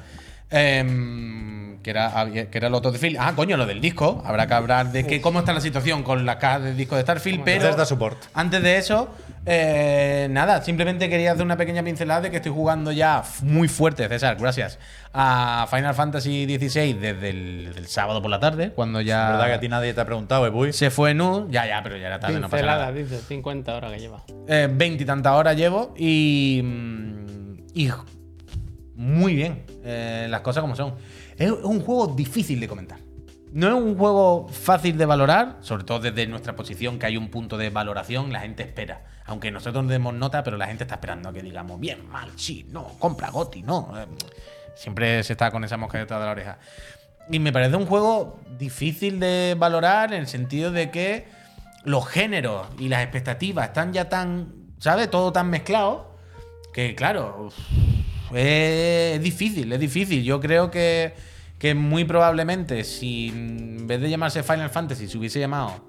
em, que era, que era lo otro de Phil. Ah, coño, lo del disco. Habrá que hablar de que, cómo está la situación con las cajas del disco de Starfield, pero Entonces da support. antes de eso, eh, nada, simplemente quería hacer una pequeña pincelada de que estoy jugando ya f- muy fuerte, César, gracias, a Final Fantasy dieciséis desde el, desde el sábado por la tarde, cuando ya La verdad que a ti nadie te ha preguntado, eh, Buy. se fue Nu. Ya, ya, pero ya era tarde, no pasa Pincelada, nada. dice, cincuenta horas que lleva. Eh, veinte y tantas horas llevo y. mm, y muy bien. eh, las cosas como son. Es un juego difícil de comentar. No es un juego fácil de valorar, sobre todo desde nuestra posición, que hay un punto de valoración, la gente espera. Aunque nosotros nos demos nota, pero la gente está esperando a que digamos bien, mal, sí, no, compra Goti, no. Eh, Siempre se está con esa mosca detrás de la oreja. Y me parece un juego difícil de valorar en el sentido de que los géneros y las expectativas están ya tan, ¿sabes? Todo tan mezclado que, claro, uf, es difícil, es difícil. Yo creo que, que muy probablemente si en vez de llamarse Final Fantasy se hubiese llamado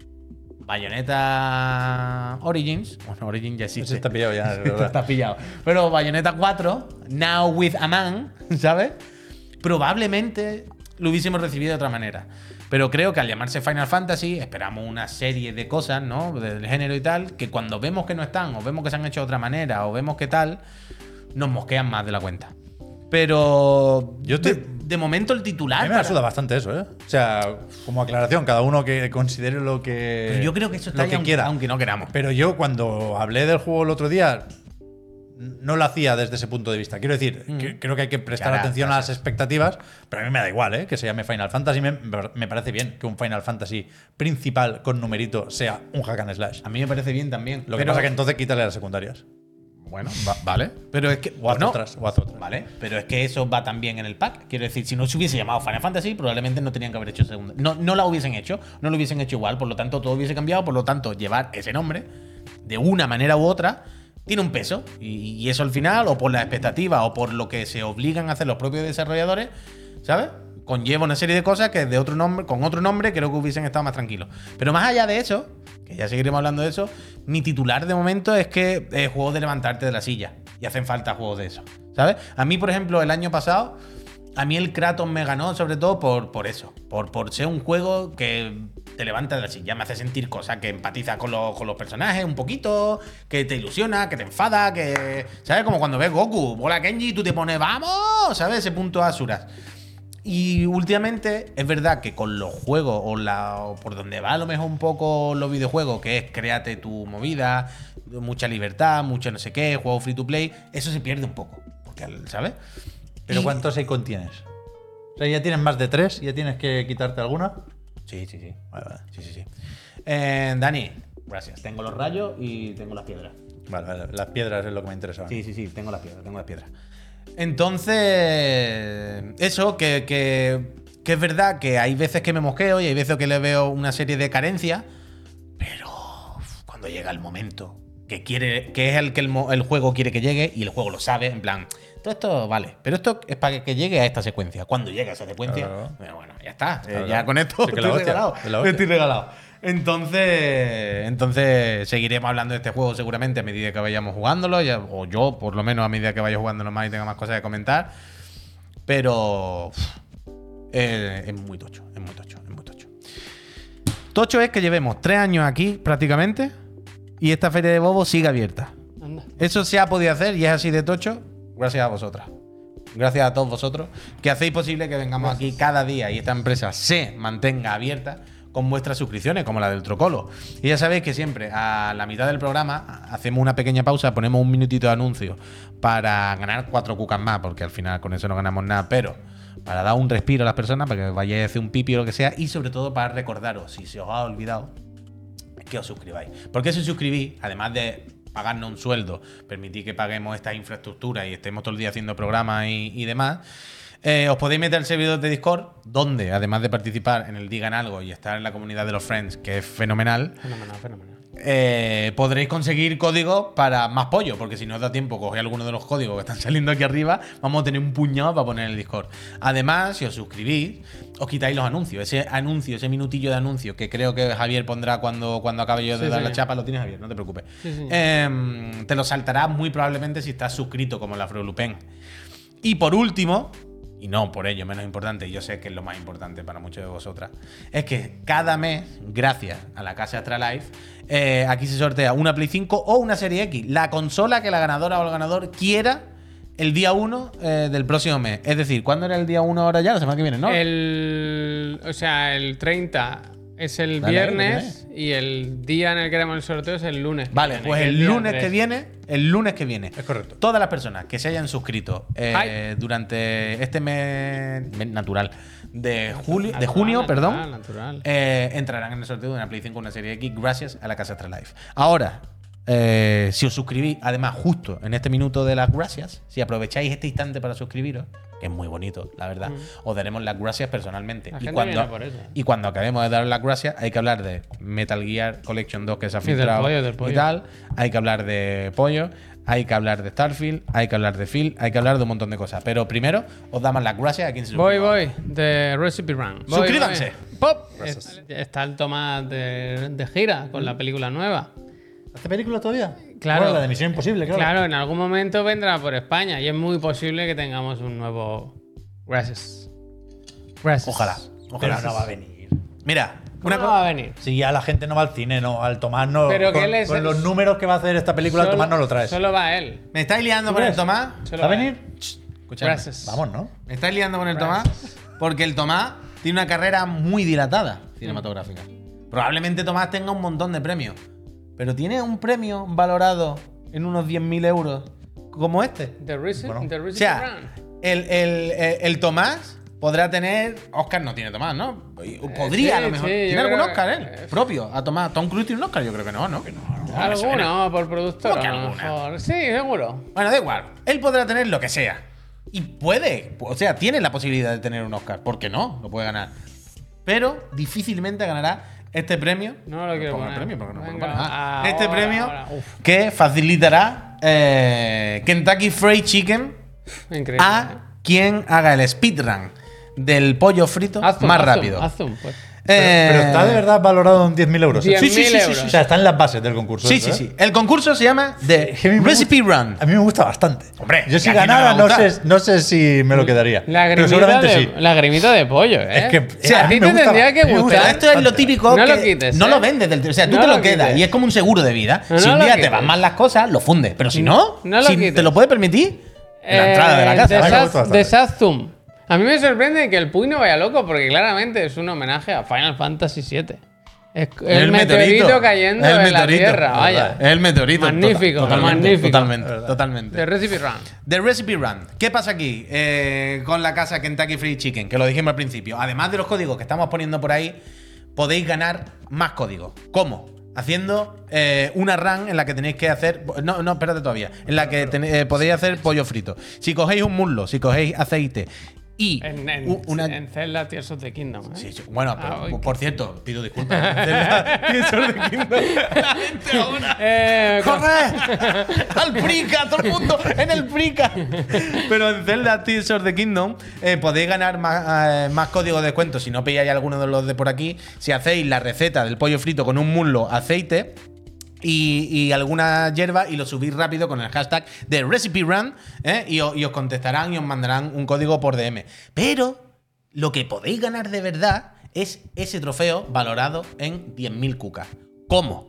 Bayonetta Origins, bueno, Origins ya existe. Ese está pillado ya, es Esto verdad. está pillado. Pero Bayonetta cuatro, Now with a Man, ¿sabes? Probablemente lo hubiésemos recibido de otra manera. Pero creo que al llamarse Final Fantasy esperamos una serie de cosas, ¿no? Del género y tal, que cuando vemos que no están, o vemos que se han hecho de otra manera, o vemos que tal, nos mosquean más de la cuenta. Pero Yo estoy- de, de momento el A titular. mí me para- ayuda bastante eso, ¿eh? O sea, como aclaración, cada uno que considere lo que. Pero yo creo que eso está lo ahí que aunque, quiera. aunque no queramos. Pero yo, cuando hablé del juego el otro día, no lo hacía desde ese punto de vista. Quiero decir, que creo que hay que prestar Cara, atención a gracias. las expectativas, pero a mí me da igual, ¿eh? Que se llame Final Fantasy. Me, me parece bien que un Final Fantasy principal con numerito sea un hack and slash. A mí me parece bien también. Lo que pero- pasa es que entonces quítale las secundarias. Bueno, va- vale. Pero es que. O haz bueno, otras, o haz otras. Vale, pero es que eso va también en el pack. Quiero decir, si no se hubiese llamado Final Fantasy, probablemente no tenían que haber hecho segunda. No, no la hubiesen hecho, no lo hubiesen hecho igual, por lo tanto todo hubiese cambiado, por lo tanto llevar ese nombre, de una manera u otra, tiene un peso. Y, y eso al final, o por la expectativa, o por lo que se obligan a hacer los propios desarrolladores, ¿sabes? Conlleva una serie de cosas que de otro nombre, con otro nombre creo que hubiesen estado más tranquilos. Pero más allá de eso, que ya seguiremos hablando de eso, mi titular de momento es que es juego de levantarte de la silla. Y hacen falta juegos de eso, ¿sabes? A mí, por ejemplo, el año pasado, a mí el Kratos me ganó sobre todo por, por eso. Por, por ser un juego que te levanta de la silla, me hace sentir cosas, que empatiza con los, con los personajes un poquito, que te ilusiona, que te enfada, que... ¿Sabes? Como cuando ves Goku, bola Kenji y tú te pones, ¡vamos! ¿Sabes? Ese punto Asuras. Y últimamente es verdad que con los juegos o, la, o por donde va a lo mejor un poco los videojuegos, que es créate tu movida, mucha libertad, mucho no sé qué, juego free to play, eso se pierde un poco. Porque, ¿sabes? ¿Pero Y- cuántos hay contienes? O sea, ya tienes más de tres, ya tienes que quitarte alguna. Sí, sí, sí. Vale, vale. Sí, sí, sí. Eh, Dani, gracias. Tengo los rayos y tengo las piedras. Vale, vale, las piedras es lo que me interesa. Sí, sí, sí, tengo las piedras, tengo las piedras. Entonces, eso, que, que, que es verdad que hay veces que me mosqueo y hay veces que le veo una serie de carencias, pero uf, cuando llega el momento que quiere, que es el que el, mo- el juego quiere que llegue y el juego lo sabe, en plan, todo esto vale, pero esto es para que llegue a esta secuencia. Cuando llega a esa secuencia, Claro. bueno, bueno, ya está, eh, Claro. ya con esto Sí, que estoy la hostia, regalado, es la hostia. estoy regalado. Entonces, entonces seguiremos hablando de este juego seguramente a medida que vayamos jugándolo, ya- o yo por lo menos a medida que vaya jugándolo más y tenga más cosas que comentar. Pero uf, eh, es muy tocho, es muy tocho, es muy tocho. Tocho es que llevemos tres años aquí prácticamente y esta feria de bobos sigue abierta. Anda. Eso se ha podido hacer y es así de tocho gracias a vosotras. Gracias a todos vosotros que hacéis posible que vengamos aquí cada día y esta empresa se mantenga abierta con vuestras suscripciones, como la del Trocolo. Y ya sabéis que siempre a la mitad del programa hacemos una pequeña pausa, ponemos un minutito de anuncio para ganar cuatro cucas más, porque al final con eso no ganamos nada, pero para dar un respiro a las personas, para que vayáis a hacer un pipi o lo que sea, y sobre todo para recordaros, si se os ha olvidado, que os suscribáis. Porque si os suscribís, además de pagarnos un sueldo, permitir que paguemos estas infraestructuras y estemos todo el día haciendo programas y, y demás, eh, os podéis meter al servidor de Discord, donde además de participar en el Digan Algo y estar en la comunidad de los Friends, que es fenomenal, Fenomenal, fenomenal. eh, podréis conseguir códigos para más pollo, porque si no os da tiempo, cogéis alguno de los códigos que están saliendo aquí arriba, vamos a tener un puñado para poner en el Discord. Además, si os suscribís, os quitáis los anuncios. Ese anuncio, ese minutillo de anuncio que creo que Javier pondrá cuando, cuando acabe yo de Sí, dar sí. la chapa, lo tienes, Javier, no te preocupes. Sí, sí. Em, te lo saltará muy probablemente si estás suscrito como la Frolupen. Y por último, y no por ello menos importante, y yo sé que es lo más importante para muchos de vosotras, es que cada mes, gracias a la casa Astralife, eh, aquí se sortea una Play cinco o una Serie X, la consola que la ganadora o el ganador quiera el día uno eh, del próximo mes. Es decir, ¿cuándo era el día uno ahora ya? La semana que viene, ¿no? El, o sea, el treinta es el Dale ahí, viernes y el día en el que haremos el sorteo es el lunes. Vale, Que pues es el día lunes tres. que viene, el lunes que viene, Es correcto. todas las personas que se hayan suscrito eh, Ay. durante este mes, mes natural de julio, de Natural, junio, natural, perdón, natural. eh, entrarán en el sorteo de una Play cinco o una Serie X gracias a la casa Astralife. Ahora, eh, si os suscribís, además justo en este minuto de las gracias, si aprovecháis este instante para suscribiros, que es muy bonito, la verdad, os daremos las gracias personalmente. La Y gente cuando, viene por eso. y cuando acabemos de dar las gracias, hay que hablar de Metal Gear Collection dos que se ha Y del filtrado pollo, del y pollo. tal. Hay que hablar de Pollo, hay que hablar de Starfield, hay que hablar de Phil, hay que hablar de un montón de cosas. Pero primero, os damos las gracias a quien se Voy, suscriba. voy, de Recipe Run. Voy, Suscríbanse. voy. ¡Pop! Es- Está el Tomás de, de gira con la película nueva. ¿Hace película todavía? Claro. Bueno, la de Misión Imposible, claro. Claro, en algún momento vendrá por España y es muy posible que tengamos un nuevo. Gracias. Gracias. Ojalá. Ojalá. Pero no va a venir. Mira, ¿Cómo una no cosa. va a venir? Si ya la gente no va al cine, no, al Tomás no. Pero que con, él es- con los números que va a hacer esta película, el Solo- Tomás no lo traes. Solo va él. ¿Me estáis liando ¿Tú con el crees? Tomás? Solo ¿Va a él. venir? Escuchadme. Gracias. Vamos, ¿no? Me estáis liando con el Tomás porque el Tomás tiene una carrera muy dilatada cinematográfica. Probablemente Tomás tenga un montón de premios, pero tiene un premio valorado en unos diez mil euros como este. The Recipe, Bueno. the O Recipe sea, Run. el, el, el, el Tomás podrá tener. Oscar no tiene Tomás, ¿no? Podría, sí, a lo mejor. sí, yo ¿Tiene algún creo Oscar que- él? Propio. A Tomás. Tom Cruise tiene un Oscar, yo creo que no, ¿no? Alguno por productor. ¿Cómo que a lo alguna? mejor. Sí, seguro. Bueno, da igual. Él podrá tener lo que sea. Y puede. O sea, tiene la posibilidad de tener un Oscar. ¿Por qué no? Lo puede ganar. Pero difícilmente ganará este premio. No lo quiero pongo el poner. premio porque no puedo Venga, poner nada. Este ahora, premio ahora, uf. que facilitará eh, Kentucky Fried Chicken Increíble. a quien haga el speedrun del pollo frito Haz zoom, más haz zoom, rápido. haz zoom, pues. Pero, Eh, pero está de verdad valorado en diez mil euros. ¿eh? diez mil sí, sí, sí, euros. sí, O sea, está en las bases del concurso. Sí, eso, sí, ¿eh? sí. El concurso se llama The Que a mí me Recipe gusta- Run. A mí me gusta bastante. Hombre, yo si ¿y a quién no le ganara va a no sé, gustar? no sé si me lo quedaría. La pero grimita, seguramente de, sí. la grimita de pollo, ¿eh? Es que O sea, a, mí ti me te gusta- tendría que a mí me gusta Pero gustar. esto es lo típico No que lo quites, no ¿eh? lo vendes del, o sea, tú No te lo, lo quedas quites. y es como un seguro de vida. No, si no un lo día te quites. van mal las cosas, lo fundes, pero si no, no lo si quites. te lo puede permitir en la Eh, entrada de la casa. de A mí me Saz- gusta bastante. de Sazum. A mí me sorprende que el Puy no vaya loco, porque claramente es un homenaje a Final Fantasy siete. Es el, meteorito, cayendo el en la meteorito, Tierra, es vaya. verdad. El meteorito. Magnífico, tota- totalmente, magnífico. Totalmente, Verdad. totalmente. The Recipe Run. The Recipe Run. ¿Qué pasa aquí eh, con la casa Kentucky Fried Chicken? Que lo dijimos al principio. Además de los códigos que estamos poniendo por ahí, podéis ganar más códigos. ¿Cómo? Haciendo eh, una run en la que tenéis que hacer. No, no, espérate todavía. En la que ten- eh, podéis hacer pollo frito. Si cogéis un muslo, si cogéis aceite y En, en, u- una. en Zelda Tears of the Kingdom. ¿eh? Sí, sí. Bueno, pero, Ah, por, por cierto, pido disculpas. Tears of the Kingdom. La gente ahora. Eh, con- ¡Corre! ¡Al Prica! ¡Todo el mundo en el Prica! Pero en Zelda Tears of the Kingdom eh, podéis ganar más, eh, más códigos de descuento si no pilláis alguno de los de por aquí. Si hacéis la receta del pollo frito con un muslo, aceite y, y alguna hierba y lo subís rápido con el hashtag de Recipe Run ¿eh? y, os, y os contestarán y os mandarán un código por D M. Pero lo que podéis ganar de verdad es ese trofeo valorado en diez mil cucas. ¿Cómo?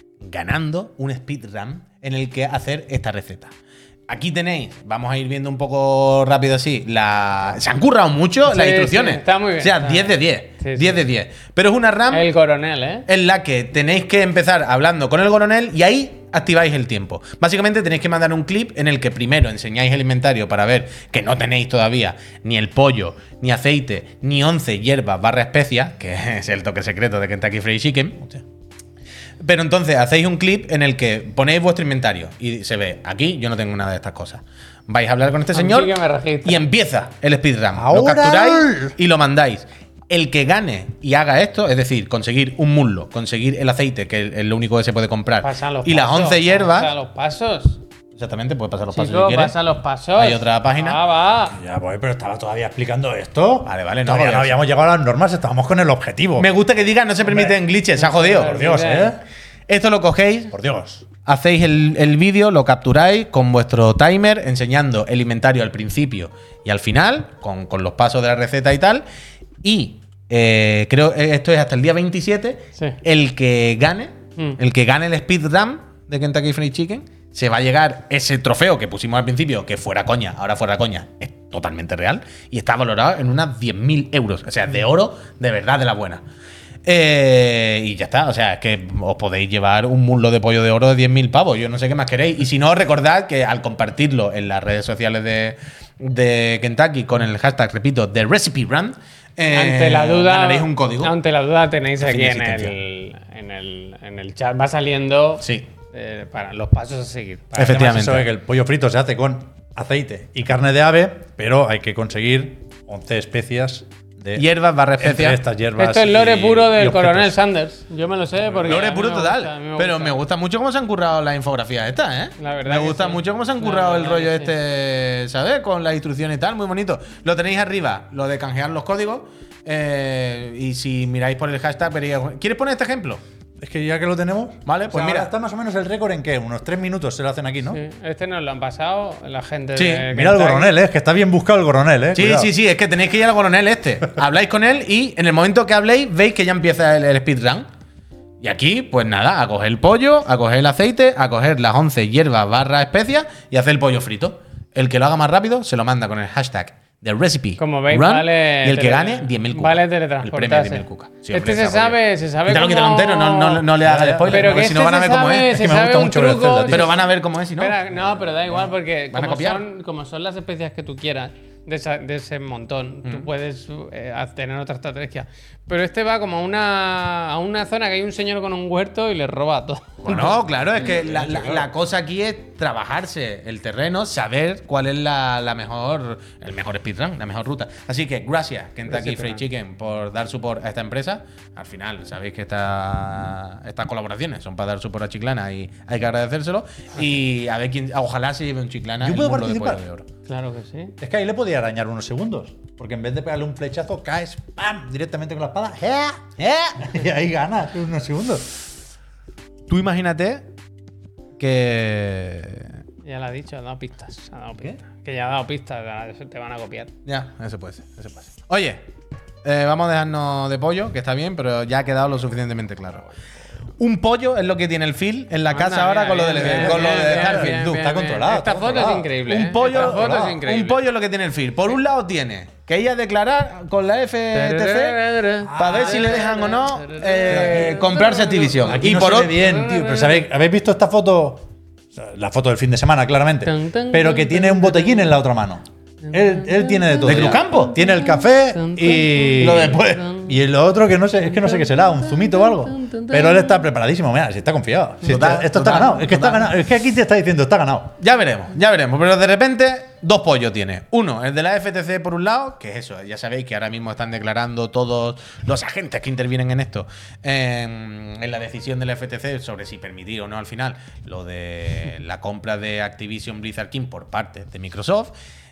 Ganando un speedrun en el que hacer esta receta. Aquí tenéis, vamos a ir viendo un poco rápido así, la... se han currado mucho Sí, las sí, instrucciones. está muy bien, O sea, está diez de bien. diez. Sí, sí. diez de diez. Pero es una RAM el coronel, ¿eh? en la que tenéis que empezar hablando con el coronel y ahí activáis el tiempo. Básicamente tenéis que mandar un clip en el que primero enseñáis el inventario para ver que no tenéis todavía ni el pollo, ni aceite, ni once hierbas barra especias, que es el toque secreto de Kentucky Fried Chicken. Pero entonces hacéis un clip en el que ponéis vuestro inventario y se ve, aquí yo no tengo nada de estas cosas. Vais a hablar con este Aquí señor que me registra. y empieza el speedrun. Lo ¡Ahora! capturáis y lo mandáis. El que gane y haga esto, es decir, conseguir un muslo, conseguir el aceite, que es lo único que se puede comprar, Pasan los y las pasos, once hierbas, Pasa los pasos. exactamente, puede pasar los pasos Chico, si quieres. pasa los pasos. Hay otra página. Ah, va. Ya voy, pero estaba todavía explicando esto. Vale, vale, no, Todavía porque- no habíamos llegado a las normas, estábamos con el objetivo. Me gusta que diga no se permiten glitches, se ha jodido. Por Dios, ¿eh? Esto lo cogéis, Por Dios. hacéis el, el vídeo, lo capturáis con vuestro timer, enseñando el inventario al principio y al final, con, con los pasos de la receta y tal. Y eh, creo que esto es hasta el día veintisiete. Sí. El que gane, Mm. el que gane el speedrun de Kentucky Fried Chicken, se va a llegar ese trofeo que pusimos al principio, que fuera coña, ahora fuera coña, es totalmente real y está valorado en unas diez mil euros. O sea, de oro de verdad de la buena. Eh, y ya está, o sea, es que os podéis llevar un muslo de pollo de oro de diez mil pavos, yo no sé qué más queréis. Y si no, recordad que al compartirlo en las redes sociales de, de Kentucky con el hashtag, repito, The Recipe Run, eh, Ante la duda, ganaréis un código. Ante la duda tenéis A fin aquí de en existencia. el, en, el, en el chat, va saliendo Sí. eh, para los pasos a seguir. Para- Efectivamente. Además, eso es que el pollo frito se hace con aceite y carne de ave, pero hay que conseguir once especias de Hierbas barra entre especias. estas hierbas. Esto es lore y- puro y del objetos. coronel Sanders. Yo me lo sé porque. Lore a mí puro me total. gusta, a mí me pero gusta. me gusta mucho cómo se han currado las infografías estas, ¿eh? La verdad me que gusta sí. mucho cómo se han La currado el verdad rollo que sí. este, ¿sabes? Con las instrucciones y tal, muy bonito. Lo tenéis arriba, lo de canjear los códigos. eh, y si miráis por el hashtag, veréis. ¿Quieres poner este ejemplo? Es que ya que lo tenemos. Vale, o pues sea, mira. ahora está más o menos el récord en qué? Unos tres minutos se lo hacen aquí, ¿no? Sí, este nos lo han pasado la gente Sí. de. Mira el Kentucky. coronel, ¿eh? Es que está bien buscado el coronel, ¿eh? Sí, Cuidado. sí, sí, es que tenéis que ir al coronel este. Habláis con él y en el momento que habléis, veis que ya empieza el, el speedrun. Y aquí, pues nada, a coger el pollo, a coger el aceite, a coger las once hierbas barra especias y hacer el pollo frito. el que lo haga más rápido se lo manda con el hashtag The Recipe Como veis, Run, vale y el que tele- gane diez mil cucas. vale El premio teletransportarse. es diez mil cucas. Sí, Este hombre, se esa sabe, polla. se sabe Quítalo, quítalo cómo- entero, no, no, no le hagas Pero el spoiler, Pero que porque este si no van a se ver cómo sabe, es. se Es que me sabe gusta un mucho ver el truco. Zelda, tío. Pero van a ver cómo es, si no. Espera, no, pero da igual porque ¿Van a como copiar? son, como son las especias que tú quieras de, esa- de ese montón, Mm. tú puedes eh, tener otra estrategia. Pero este va como a una, a una zona que hay un señor con un huerto y le roba todo. Bueno, claro, es que la, la- la cosa aquí es trabajarse el terreno, saber cuál es la, la mejor, el mejor speedrun, la mejor ruta. Así que gracias, Kentucky Gracias, Fried Chicken, por dar support a esta empresa. Al final, sabéis que esta- estas colaboraciones son para dar support a Chiclana y hay que agradecérselo. Y a ver quién, ojalá se lleve un Chiclana ¿Yo el puedo muslo de participar? pollo de oro. Claro que sí. Es que ahí le podía arañar unos segundos. Porque en vez de pegarle un flechazo, caes ¡pam! Directamente con la espada. ¡Eh! ¡Eh! Y ahí ganas unos segundos. Tú imagínate que. Ya lo ha dicho, ha dado pistas. Ha dado pistas. Que ya ha dado pistas, ahora te van a copiar. Ya, eso puede ser, eso puede ser. Oye, eh, vamos a dejarnos de pollo, que está bien, pero ya ha quedado lo suficientemente claro. Un pollo es lo que tiene el Phil en la Anda, casa ahora mira, con lo, bien, del, bien, con lo bien, de bien, Starfield. bien, Tú, bien, está bien. controlado, Esta está foto es controlado. increíble. un ¿eh? pollo, Esta foto es increíble. un pollo es lo que tiene el Phil. Por un lado tiene que ir a declarar con la F T C para ver si le dejan o no eh, comprarse Activision. Aquí y no por se otro, ve bien, tío. Pero ¿sabéis, ¿habéis visto esta foto? O sea, la foto del fin de semana, claramente. Tan, tan, Pero que tan, tiene un botellín en la otra mano. Él, él tiene de todo. ¿De ya. Cruzcampo? Tiene el café y. Lo después. Y lo otro que no sé, es que no sé qué será, un zumito o algo. Pero él está preparadísimo, mira, si está confiado. Si Total, está- esto total, está ganado. Es que está total. ganado. Es que aquí te está diciendo, está ganado. ya veremos, ya veremos. Pero de repente, dos pollos tiene. Uno, el de la F T C por un lado, que es eso, ya sabéis que ahora mismo están declarando todos los agentes que intervienen en esto, en, en la decisión de la F T C sobre si permitir o no al final lo de la compra de Activision Blizzard King por parte de Microsoft.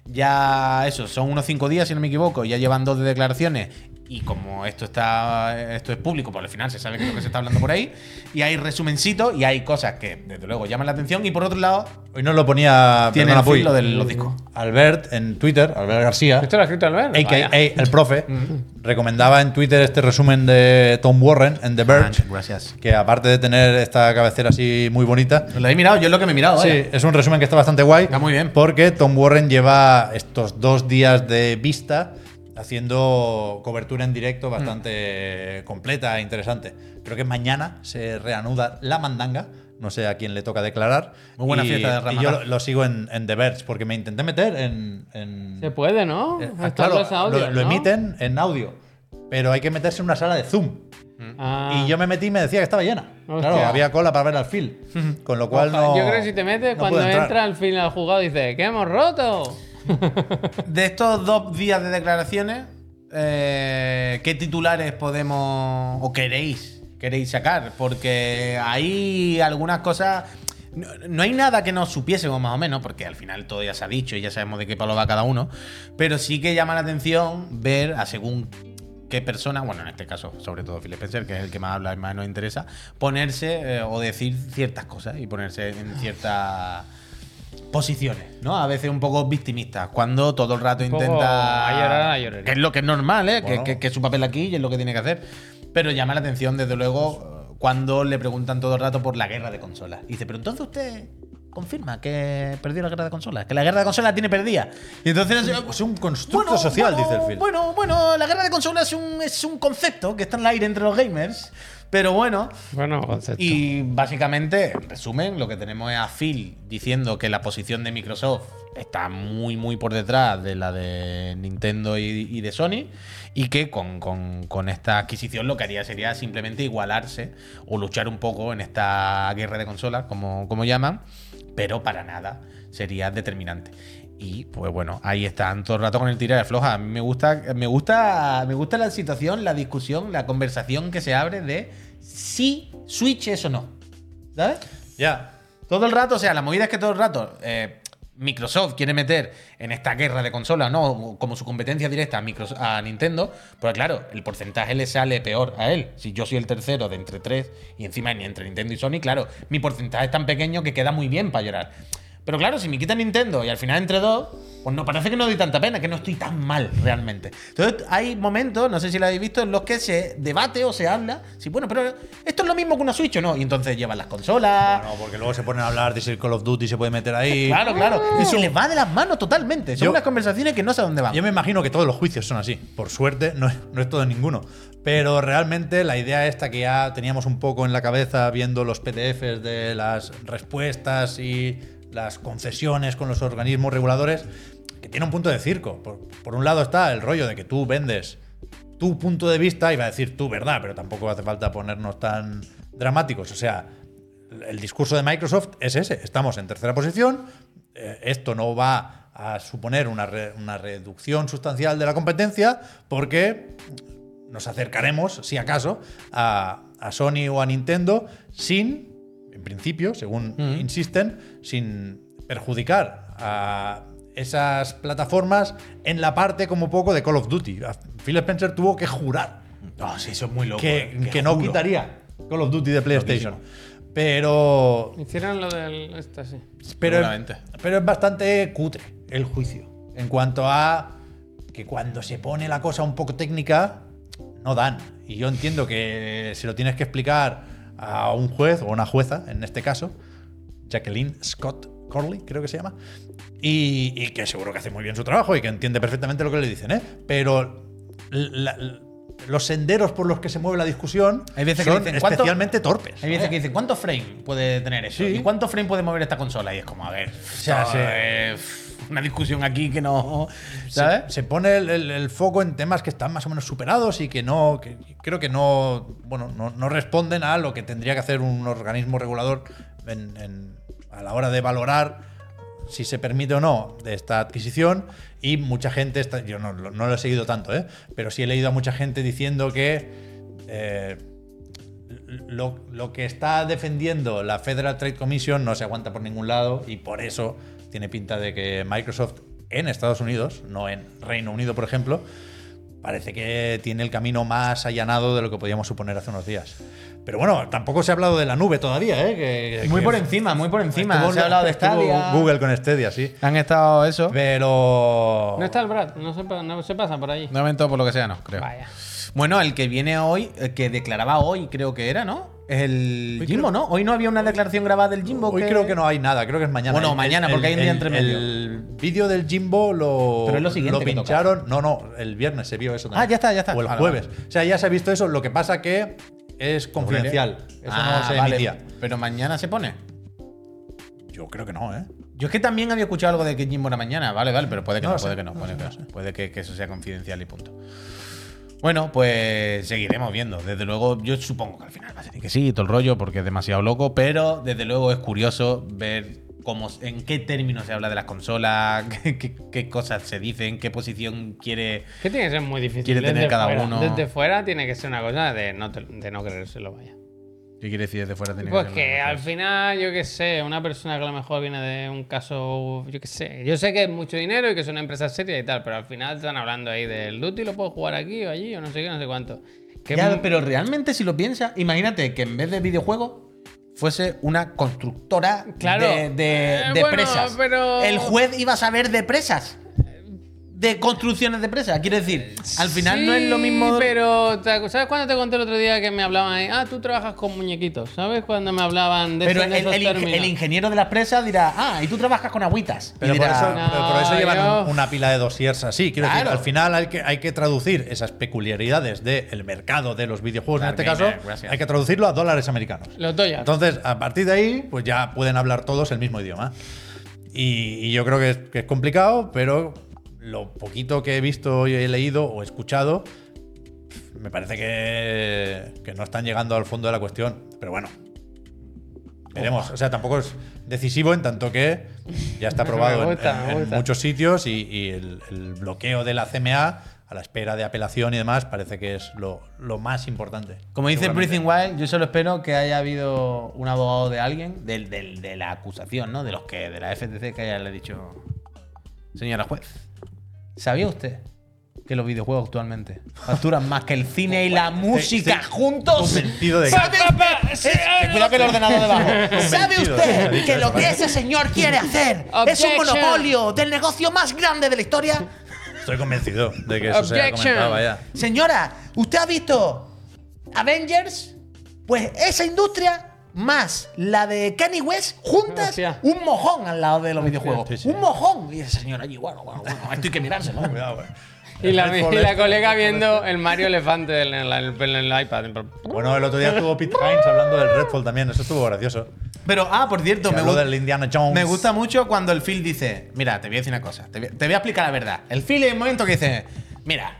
Ya eso, son unos cinco días, si no me equivoco, ya llevan dos de declaraciones. Y como esto está esto es público, pues al final se sabe que es lo que se está hablando por ahí. Y hay resumencitos y hay cosas que, desde luego, llaman la atención. Y por otro lado, Hoy nos lo ponía tiene perdona, el Puy, filo de los discos. Albert en Twitter, Albert García, ¿Esto lo ha escrito Albert? a k a Vaya. el profe, recomendaba en Twitter este resumen de Tom Warren en The Verge, Gracias. que aparte de tener esta cabecera así muy bonita, Lo he mirado, yo es lo que me he mirado. sí, vaya. es un resumen que está bastante guay. Está muy bien. Porque Tom Warren lleva estos dos días de vista haciendo cobertura en directo bastante completa e interesante. Creo que mañana se reanuda la mandanga. No sé a quién le toca declarar. Muy buena Y- fiesta de Y Ramadán. yo lo, lo sigo en, en The Verge porque me intenté meter en. en- Se puede, ¿no? eh, Están claro, los audios, lo, lo ¿no? emiten en audio. Pero hay que meterse en una sala de Zoom. Ah. Y yo me metí y me decía que estaba llena. Hostia. Claro, había cola para ver al Phil. Con lo cual no. Yo creo que si te metes, no cuando puedo entrar. entra al final al jugado, dice, ¿qué hemos roto? De estos dos días de declaraciones, eh, ¿qué titulares podemos o queréis, queréis sacar? Porque hay algunas cosas. No, no hay nada que no supiésemos más o menos, porque al final todo ya se ha dicho y ya sabemos de qué palo va cada uno. Pero sí que llama la atención ver a según qué persona, bueno, en este caso, sobre todo Phil Spencer, que es el que más habla y más nos interesa, ponerse eh, o decir ciertas cosas y ponerse en ciertas posiciones, ¿no? A veces un poco victimistas, cuando todo el rato Un poco intenta. a llorar a la llorería. Que es lo que es normal, ¿eh? Bueno. Que, que, que es su papel aquí y es lo que tiene que hacer. Pero llama la atención, desde luego, cuando le preguntan todo el rato por la guerra de consolas. Y dice, pero entonces usted confirma que perdió la guerra de consolas, que la guerra de consolas tiene perdida. Y entonces. Es un constructo social, bueno, dice el Phil. Bueno, bueno, la guerra de consolas es un, es un concepto que está en el aire entre los gamers. Pero bueno. Bueno, concepto. Y básicamente, en resumen, lo que tenemos es a Phil diciendo que la posición de Microsoft está muy, muy por detrás de la de Nintendo y, y de Sony. Y que con, con, con esta adquisición lo que haría sería simplemente igualarse o luchar un poco en esta guerra de consolas, como, como llaman. Pero para nada sería determinante. Y pues bueno, ahí están todo el rato con el tira de floja. A mí me gusta, me gusta, me gusta la situación, la discusión, la conversación que se abre de si Switch es o no. ¿Sabes? Ya. Todo el rato, o sea, la movida es que todo el rato eh, Microsoft quiere meter en esta guerra de consolas, ¿no? Como su competencia directa a, Microsoft, a Nintendo. Pero claro, el porcentaje le sale peor a él. Si yo soy el tercero de entre tres y encima entre Nintendo y Sony, claro, mi porcentaje es tan pequeño que queda muy bien para llorar. Pero claro, si me quitan Nintendo y al final entre dos, pues no parece que no doy tanta pena, que no estoy tan mal realmente. Entonces hay momentos, no sé si lo habéis visto, en los que se debate o se habla, si bueno, pero esto es lo mismo que una Switch o no, y entonces llevan las consolas. Bueno, porque luego se ponen a hablar de si el Call of Duty se puede meter ahí. Claro, claro. Y se les va de las manos totalmente. Son Yo- unas conversaciones que no sé a dónde van. Yo me imagino que todos los juicios son así. Por suerte, no es, no es todo ninguno. Pero realmente la idea esta que ya teníamos un poco en la cabeza viendo los P D Fs de las respuestas y las concesiones con los organismos reguladores, que tiene un punto de circo. Por, por un lado está el rollo de que tú vendes tu punto de vista, iba a decir tu verdad, pero tampoco hace falta ponernos tan dramáticos. O sea, el discurso de Microsoft es ese. Estamos en tercera posición. Eh, esto no va a suponer una, re- una reducción sustancial de la competencia porque nos acercaremos, si acaso, a, a Sony o a Nintendo sin, en principio, según Mm. insisten, sin perjudicar a esas plataformas en la parte como poco de Call of Duty. Phil Spencer tuvo que jurar No, sí, eso es muy loco. que, eh, que no juro. quitaría Call of Duty de PlayStation. Pero, Hicieron lo del. Esta, sí. pero, Seguramente. pero es bastante cutre el juicio. En cuanto a que cuando se pone la cosa un poco técnica, no dan. Y yo entiendo que se lo tienes que explicar a un juez o una jueza, en este caso, Jacqueline Scott Corley, creo que se llama, y, y que seguro que hace muy bien su trabajo y que entiende perfectamente lo que le dicen, ¿eh? Pero la- la- los senderos por los que se mueve la discusión Hay veces que son dicen, ¿cuánto- especialmente torpes. Hay veces que dicen, ¿cuántos frames puede tener eso? Sí. ¿Y cuántos frames puede mover esta consola? Y es como, a ver, sea, esto se- es una discusión aquí que no. ¿Sabes? Se, se pone el, el- el foco en temas que están más o menos superados y que no, que creo que no, bueno, no, no responden a lo que tendría que hacer un organismo regulador en- en- a la hora de valorar si se permite o no de esta adquisición. Y mucha gente, está, yo no, lo- no lo he seguido tanto, ¿eh? Pero sí he leído a mucha gente diciendo que eh, lo, lo que está defendiendo la Federal Trade Commission no se aguanta por ningún lado y por eso tiene pinta de que Microsoft en Estados Unidos, no en Reino Unido, por ejemplo, parece que tiene el camino más allanado de lo que podíamos suponer hace unos días. Pero bueno, tampoco se ha hablado de la nube todavía, ¿eh? Que- Muy que- por encima, muy por encima. Estuvo- Se ha hablado de estuvo Stadia. Google con Stadia, sí. Han estado eso. Pero... No está el Brad, no se, pa- no se pasa por allí. De momento, por lo que sea, no, creo. Vaya. Bueno, el que viene hoy, el que declaraba hoy, creo que era, ¿no? Es el Hoy Jimbo, creo- ¿no? Hoy no había una declaración grabada del Jimbo. Hoy creo que no hay nada, creo que es mañana. Bueno, El- mañana, el- porque hay un día el- entre medio. El vídeo del Jimbo lo, Pero es lo siguiente que toca. pincharon. No, no, el viernes se vio eso también. Ah, ya está, ya está. O el Vale, jueves. vale. O sea, ya se ha visto eso. Lo que pasa que es confidencial. Eso Ah, no se vale. emitía. Pero mañana se pone. Yo creo que no, ¿eh? Yo es que también había escuchado algo de que Jimbo era mañana. Vale, vale, pero puede que No no, lo sé, puede que no. no Puede, sé, que, no no. sé. Puede que, que eso sea confidencial y punto. Bueno, pues seguiremos viendo. Desde luego, yo supongo que al final va a ser que sí, todo el rollo, porque es demasiado loco, pero desde luego es curioso ver cómo, en qué términos se habla de las consolas, qué, qué- qué cosas se dicen, qué posición quiere. Que tiene que ser muy difícil. Quiere tener desde cada fuera. uno- Desde fuera tiene que ser una cosa de no, te- de no creérselo, vaya. ¿Qué quiere decir desde fuera? Tiene Pues ser que una al cosa. final, yo qué sé, una persona que a lo mejor viene de un caso, yo qué sé, yo sé que es mucho dinero y que es una empresa seria y tal, pero al final están hablando ahí del Duty, lo puedo jugar aquí o allí o no sé qué, no sé cuánto. Que Ya, mu- pero realmente, si lo piensas, imagínate que en vez de videojuegos fuese una constructora Claro. de, de- Eh, de bueno, presas. pero- El juez iba a saber de presas. De construcciones de presas. Quiero decir, al final no es lo Sí, mismo. Pero, ¿te- ¿sabes cuando te conté el otro día que me hablaban ahí? Ah, tú trabajas con muñequitos. ¿Sabes cuando me hablaban de Pero esos- el, de esos el inge- términos? el ingeniero de las presas dirá, ah, y tú trabajas con agüitas. Y Pero por dirá, eso, No, pero por eso llevan yo- un- una pila de dossiers así. Quiero Claro. decir, al final hay que, hay que traducir esas peculiaridades del mercado de los videojuegos, en Claro, este bien, caso, gracias. hay que traducirlo a dólares americanos. Los doyas. Entonces, a partir de ahí, pues ya pueden hablar todos el mismo idioma. Y, y yo creo que es, que es complicado, pero lo poquito que he visto y he leído o escuchado, me parece que, que no están llegando al fondo de la cuestión. Pero bueno, veremos. O sea, tampoco es decisivo en tanto que ya está Me aprobado en- gusta, en, me en gusta. muchos sitios y, y el, el bloqueo de la C M A a la espera de apelación y demás parece que es lo, lo más importante. Como dice seguramente. Breathing Wild, yo solo espero que haya habido un abogado de alguien, del, del- de la acusación, ¿no? De los que, de la F T C, que haya le dicho, señora juez, ¿sabía usted que los videojuegos actualmente. Facturan más que el cine y la música estoy juntos. convencido de que- ¿Sabe usted? Eh, Cuidado que el ordenador debajo. ¿Sabe Convencido. usted Ha dicho que eso, lo que ¿eh? ese señor quiere hacer es un Objection. monopolio del negocio más grande de la historia? Estoy convencido de que eso se ha Objection. comentado, vaya. Señora, ¿usted ha visto Avengers? Pues esa industria más la de Kanye West juntas, Hostia. un mojón al lado de los videojuegos. sí, sí. Un mojón. Y esa señora allí, bueno, bueno, bueno, esto hay que mirárselo. Cuidado, eh. Y la, El Redfall y la este, colega el Redfall viendo el Mario Elefante en el, en el- en el iPad. Bueno, el otro día estuvo Pete Hines hablando del Redfall también. Eso estuvo gracioso. Pero, ah, por cierto, Se me, habló gu- del Indiana Jones. me gusta mucho cuando el Phil dice: Mira, te voy a decir una cosa, te voy, te voy a explicar la verdad. El Phil es el momento que dice: Mira,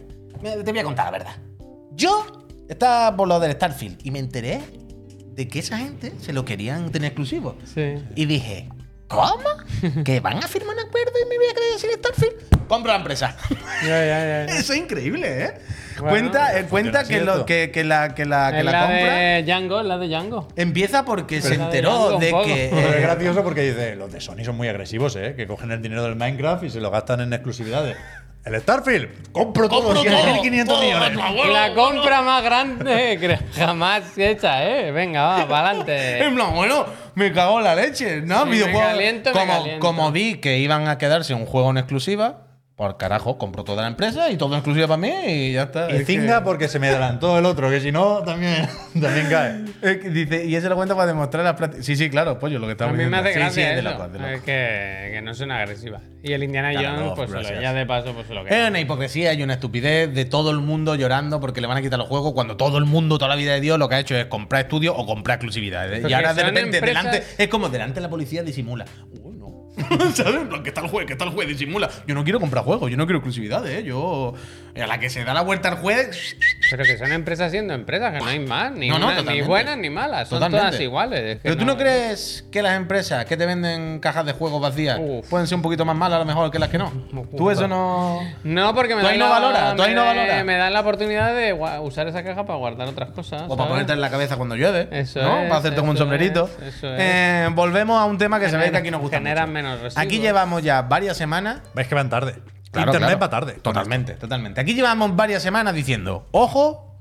te voy a contar la verdad. Yo estaba por lo del Starfield y me enteré de que esa gente se lo querían tener exclusivo. Sí. Y dije: ¿Cómo? ¿Que van a firmar un acuerdo y me voy a quedar sin Starfield? Compro la empresa. Ya, ya, ya. Eso es increíble, ¿eh? Bueno, cuenta eh, cuenta así que, lo- esto. que, que la, que la, que Es la la compra de Django, es la de Django. empieza porque se la de enteró Django un de poco. que. Pero es eh, gracioso porque dice, los de Sony son muy agresivos, ¿eh? Que cogen el dinero del Minecraft y se lo gastan en exclusividades. El Starfield, compro todo, Compro que es todo, mil quinientos todo, millones. todo. La compra más grande que jamás hecha, ¿eh? Venga, va, para En adelante. plan, bueno, me cago en la leche, ¿no? Sí, me Videojuegos. caliento, me como, caliento. como vi que iban a quedarse un juego en exclusiva, por carajo, compro toda la empresa y todo en exclusiva para mí y ya está. Y Es cinga que- porque se me adelantó el otro, que si no, también, también cae. es que dice, y eso lo cuenta para demostrar las prácticas. Sí, sí, claro, pollo, lo que A estamos mí me hace Sí, sí, gracia es de eso. loco, es de loco. Es que, que no son agresivas. Y el Indiana Claro, Jones, no, pues se lo- gracias. ya de paso, pues se lo Es queda. una hipocresía y una estupidez de todo el mundo llorando porque le van a quitar los juegos cuando todo el mundo, toda la vida de Dios, lo que ha hecho es comprar estudios o comprar exclusividades. Y Porque ahora de son repente, empresas- delante, es como delante de la policía disimula. Uy, no. ¿Sabes? En plan, ¿qué tal juez? ¿Qué tal juez? Disimula. Yo no quiero comprar juegos, yo no quiero exclusividades, ¿eh? Yo. A la que se da la vuelta al juez. Pero que son empresas siendo empresas, que no hay más, ni, No, no, una- ni totalmente. buenas ni malas, son Totalmente. todas iguales. es que Pero tú no crees que las empresas que te venden cajas de juegos vacías Uf. pueden ser un poquito más malas a lo mejor que las que no? Tú eso no. No, porque me ¿Tú dan, ahí no la, valoras? ¿Tú ahí me, no valoras? me dan la oportunidad de gua- usar esa caja para guardar otras cosas. O para ¿sabes? ponerte en la cabeza cuando llueve. Eso ¿no? es, Para hacerte como un eso sombrerito. es, eso es. Eh, volvemos a un tema que se ve Genera- que aquí nos gusta. generan mucho. menos residuos. Aquí llevamos ya varias semanas. Ves que van tarde. Claro, Internet claro. va tarde. Totalmente, totalmente. Aquí llevamos varias semanas diciendo, ojo,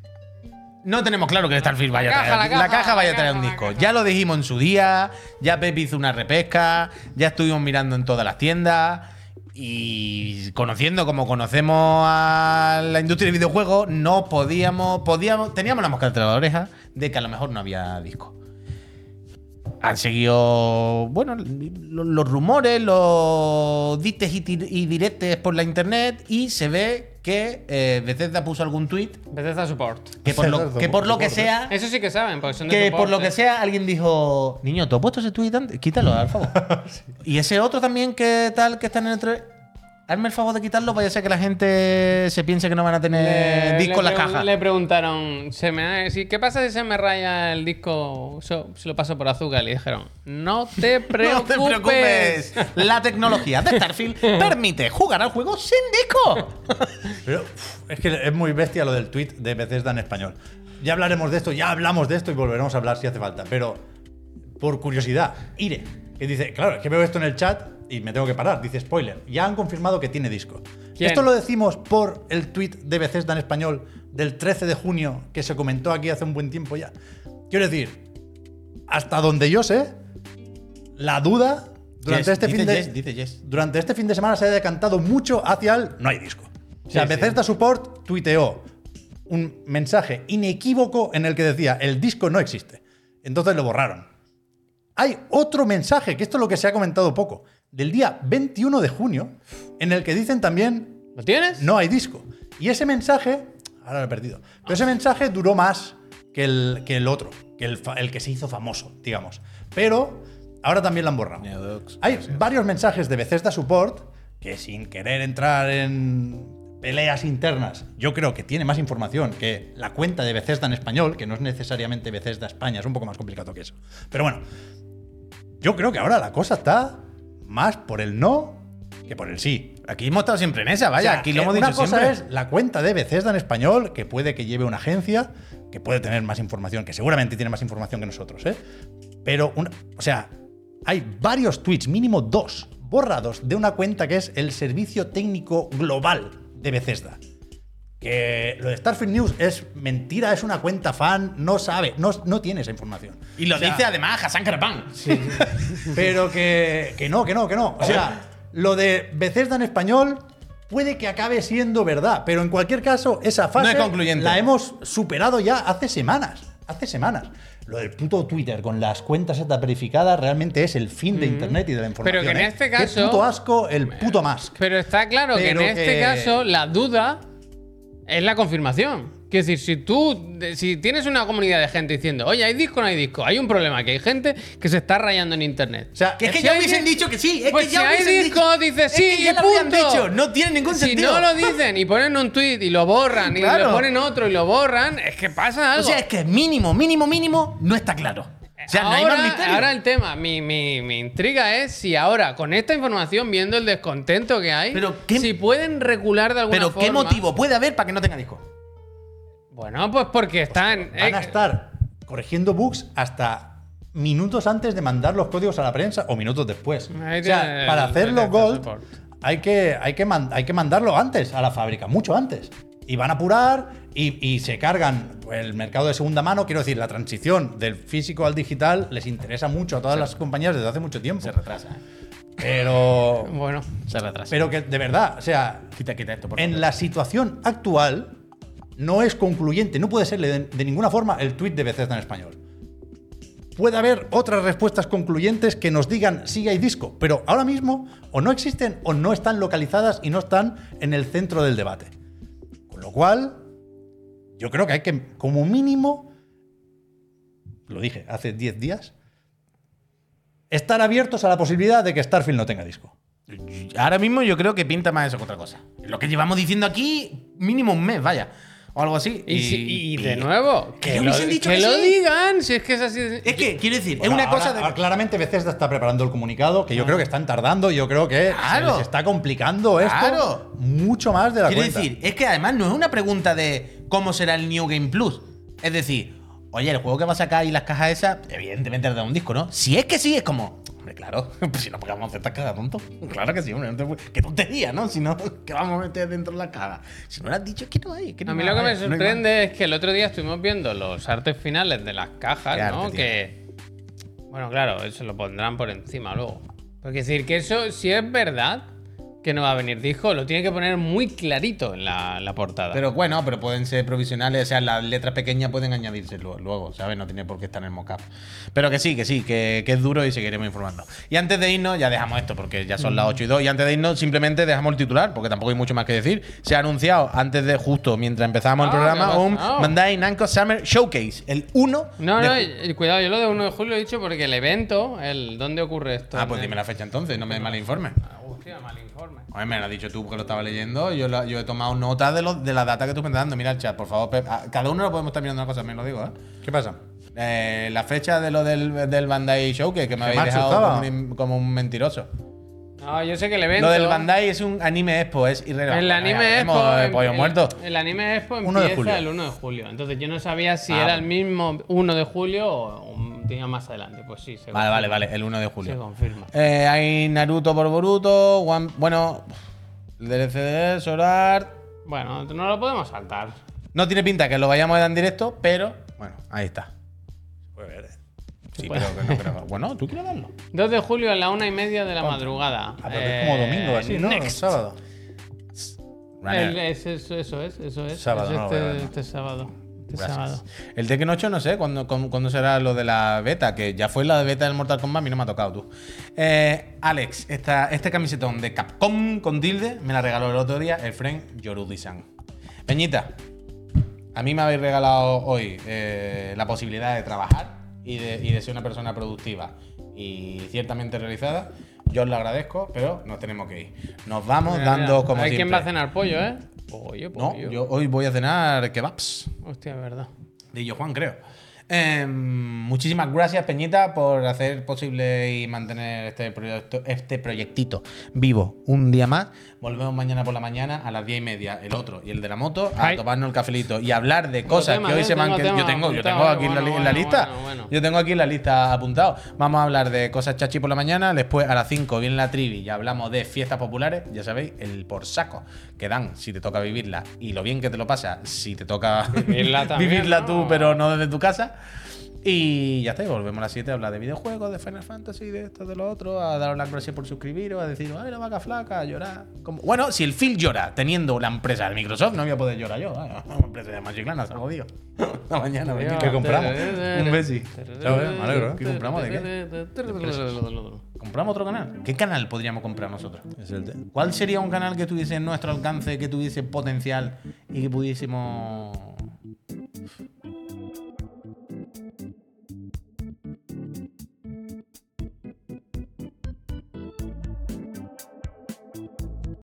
no tenemos claro que Starfield vaya a caja, traer. la La caja, caja vaya a la traer un caja, la disco. caja. Ya lo dijimos en su día, ya Pepe hizo una repesca, ya estuvimos mirando en todas las tiendas. Y conociendo como conocemos a la industria del videojuego, no podíamos, podíamos, teníamos la mosca entre las orejas de que a lo mejor no había disco. Han seguido, bueno, lo- los rumores, los dites y, tir- y diretes por la internet y se ve que eh, Bethesda puso algún tweet Bethesda Support. que por lo Bethesda que, por lo que Support, sea, Eso sí que saben, porque son de que support, por lo ¿eh? que sea alguien dijo, niño, ¿tú has puesto ese tweet antes? Quítalo, al favor. Y ese otro también que tal, que está en el otro... Hazme el favor de quitarlo, vaya a ser que la gente se piense que no van a tener Le- disco en le la pregun- caja. Le preguntaron, ¿se me, si, ¿qué pasa si se me raya el disco? So- se lo paso por azúcar. Y le dijeron, no te No preocupes. te preocupes. La tecnología de Starfield permite jugar al juego sin disco. Pero uf, es que es muy bestia lo del tweet de Bethesda en español. Ya hablaremos de esto, ya hablamos de esto y volveremos a hablar si hace falta. Pero, por curiosidad, Ire, que dice, claro, es que veo esto en el chat y me tengo que parar. Dice, spoiler, ya han confirmado que tiene disco. ¿Quién? Esto lo decimos por el tweet de Bethesda en español del trece de junio que se comentó aquí hace un buen tiempo ya. Quiero decir, hasta donde yo sé, la duda durante Yes, este dice fin de yes, dice yes. durante este fin de semana se ha decantado mucho hacia el no hay disco. O sea, Sí, sí. Bethesda Support tuiteó un mensaje inequívoco en el que decía el disco no existe. Entonces lo borraron. Hay otro mensaje, que esto es lo que se ha comentado poco, del día veintiuno de junio, en el que dicen también ¿Lo tienes? no hay disco. Y ese mensaje, ahora lo he perdido, pero ese mensaje duró más que el, que el otro, que el, fa- el que se hizo famoso, digamos. Pero ahora también lo han borrado. Neodox, Hay gracias. varios mensajes de Bethesda Support que, sin querer entrar en peleas internas, yo creo que tiene más información que la cuenta de Bethesda en español, que no es necesariamente Bethesda España, es un poco más complicado que eso. Pero bueno, yo creo que ahora la cosa está más por el no que por el sí. Aquí hemos estado siempre en esa, vaya, O sea, aquí que lo hemos una dicho cosa siempre. es la cuenta de Bethesda en español, que puede que lleve una agencia, que puede tener más información, que seguramente tiene más información que nosotros, ¿eh? Pero, una- o sea, hay varios tweets, mínimo dos, borrados de una cuenta que es el Servicio Técnico Global de Bethesda. Que lo de Starfield News es mentira, es una cuenta fan, no sabe, no, no tiene esa información. Y lo O sea, dice además Hassan Karapan. pero que, que no, que no, que no. O sea, lo de Bethesda en español puede que acabe siendo verdad, pero en cualquier caso, esa fase No es concluyente. la hemos superado ya hace semanas. Hace semanas. Lo del puto Twitter con las cuentas estas verificadas realmente es el fin de Internet y de la información. Pero que en ¿eh? este Qué caso- puto asco el puto Musk. Pero está claro que en Pero este que- caso la duda es la confirmación. Quiero decir, si tú, de- si tienes una comunidad de gente diciendo, oye, hay disco o no hay disco, hay un problema, que hay gente que se está rayando en internet. O sea, Que es que Si ya hay hubiesen di- dicho que sí. Es pues que ya si hay hubiesen disco, dicho- dices es sí, que ya y lo habían punto. dicho. No tiene ningún Si sentido. no lo dicen y ponen un tweet y lo borran y Claro. le ponen otro y lo borran, es que pasa algo. O sea, es que mínimo, mínimo, mínimo no está claro. O sea, no hay ahora, más misterio. ahora el tema, mi, mi, mi intriga es si ahora, con esta información, viendo el descontento que hay, Pero ¿qué- si pueden recular de alguna Pero forma. ¿qué motivo puede haber para que no tenga disco? Bueno, pues porque están. Van a eh, estar corrigiendo bugs hasta minutos antes de mandar los códigos a la prensa o minutos después. Ahí O sea, tiene para el- hacerlo el Gold support. hay que, hay, que man- hay que mandarlo antes a la fábrica, mucho antes. Y van a apurar y, y se cargan el mercado de segunda mano. Quiero decir, la transición del físico al digital les interesa mucho a todas las compañías desde hace mucho tiempo. Se retrasa. ¿eh? Pero, Bueno, Se retrasa. pero que de verdad, o sea, Quita, quita esto, por favor. en la situación actual no es concluyente, no puede ser de, de ninguna forma el tweet de Bethesda en español. Puede haber otras respuestas concluyentes que nos digan sí hay disco, pero ahora mismo o no existen o no están localizadas y no están en el centro del debate. Con lo cual, yo creo que hay que, como mínimo, lo dije hace diez días, estar abiertos a la posibilidad de que Starfield no tenga disco. Ahora mismo yo creo que pinta más eso que otra cosa. Lo que llevamos diciendo aquí, mínimo un mes, vaya. O algo así. y, si- y de nuevo, que que, ya lo, hubiesen dicho que que lo sí. digan, si es que es así. de- Es que, quiero decir, Bueno, es una ahora- cosa de. ahora claramente Bethesda está preparando el comunicado, que yo creo que están tardando, yo creo que Claro. se les está complicando esto Claro. mucho más de la Quiero cuenta. decir, es que además no es una pregunta de cómo será el New Game Plus. Es decir, oye, el juego que va a sacar y las cajas esas, evidentemente da un disco, ¿no? Si es que sí, es como. Hombre, claro, pues si no, porque vamos a hacer estas cajas, tonto. Claro que sí, hombre. no te puede- Qué tontería, ¿no? Si no, ¿qué vamos a meter dentro de la caja? Si no lo has dicho, es que no hay. es que no A mí hay, lo que me no hay más. sorprende es que el otro día estuvimos viendo los artes finales de las cajas, Qué ¿no? arte, tío. Que. Bueno, claro, eso lo pondrán por encima luego. Porque decir que eso, si es verdad que no va a venir disco, lo tiene que poner muy clarito en la, la portada. Pero bueno, pero pueden ser provisionales, o sea, las letras pequeñas pueden añadirse luego, luego, ¿sabes? No tiene por qué estar en el mockup. Pero que sí, que sí, que, que es duro y seguiremos informando. Y antes de irnos, ya dejamos esto porque ya son las ocho y dos. Y antes de irnos, simplemente dejamos el titular, porque tampoco hay mucho más que decir. Se ha anunciado antes de, justo mientras empezábamos el Ah, programa, ¿qué ha un pasado? Bandai Namco Summer Showcase, el uno No, de no, ju- y- y cuidado, yo lo de uno de julio lo he dicho porque el evento, el ¿dónde ocurre esto? Ah, pues En dime el- la fecha entonces, no me des mal informe. Ah, hostia, mal informe. Oye, me lo has dicho tú porque lo estaba leyendo. Yo, la- yo he tomado nota de, los de la data que tú me estás dando. Mira el chat, por favor. Pep. Ah, cada uno lo podemos estar mirando una cosa, me lo digo, ¿eh? ¿Qué pasa? Eh, la fecha de lo del, del Bandai Show, que, que me Que habéis me dejado asustaba. como un, como un mentiroso. No, yo sé que el evento. Lo del Bandai es un anime expo, es irrelevante. El anime Hemos, expo. eh, em- pollo el- muerto. El anime expo uno de empieza julio. el uno de julio. Entonces yo no sabía si Ah, era el bueno. mismo uno de julio o un día más adelante. Pues sí, se Vale, confirma. vale, vale, el uno de Se julio. confirma. Eh, hay Naruto por Boruto, One- bueno, el D L C de Solar. Bueno, no lo podemos saltar. No tiene pinta que lo vayamos a dar en directo, pero bueno, ahí está. Puede ver, ¿eh? Sí, puede. pero que no creo. Bueno, tú quieres darlo. dos de julio a la una y media de la madrugada. Ah, pero es como domingo, así, ¿no? Next. Sábado. Runner. El- es- eso, eso es, eso es. Sábado, Es no lo este, voy a ver, no. este sábado. Este Gracias. sábado. El Tekken ocho no sé cuándo, cuándo, cuándo será lo de la beta, que ya fue la beta del Mortal Kombat, a mí no me ha tocado tú. Eh, Alex, esta, este camisetón de Capcom con tilde me la regaló el otro día el friend Yorudi-san. Peñita, a mí me habéis regalado hoy eh, la posibilidad de trabajar y de, y de ser una persona productiva y ciertamente realizada. Yo os lo agradezco, pero nos tenemos que ir. Nos vamos Mira, dando mira, como a ver siempre. quién va a cenar pollo, ¿eh? Pollo, No, pollo. yo hoy voy a cenar kebabs. Hostia, verdad. De yo Juan, creo. Eh, muchísimas gracias, Peñita, por hacer posible y mantener este proyecto, este proyectito vivo un día más. Volvemos mañana por la mañana a las diez y media, el otro y el de la moto, a Ay. tomarnos el cafelito y hablar de cosas tema, que hoy ¿eh? se me han Tengo quedado. Yo tema tengo, yo apuntado, tengo aquí en la, bueno, en la bueno, lista. bueno, bueno. Yo tengo aquí en la lista apuntado. Vamos a hablar de cosas chachi por la mañana. Después a las cinco viene la trivi y hablamos de fiestas populares. Ya sabéis, el por saco que dan si te toca vivirla y lo bien que te lo pasa si te toca Vivirla también, vivirla ¿no? tú, pero no desde tu casa. Y ya está, y volvemos a las siete a hablar de videojuegos, de Final Fantasy, de esto, de lo otro, a daros las gracias por suscribiros, a decir, ay, la vaca flaca, a llorar. Como... Bueno, si el Phil llora teniendo la empresa de Microsoft, no voy a poder llorar yo. Ay, una empresa de Chiclana, se ha jodido. Hasta mañana, Adiós. Benito. ¿Qué compramos? Un besi. Chao, eh, me alegro, ¿eh? ¿Qué compramos de qué? ¿Compramos otro canal? ¿Qué canal podríamos comprar nosotros? Es el de- ¿Cuál sería un canal que tuviese en nuestro alcance, que tuviese potencial y que pudiésemos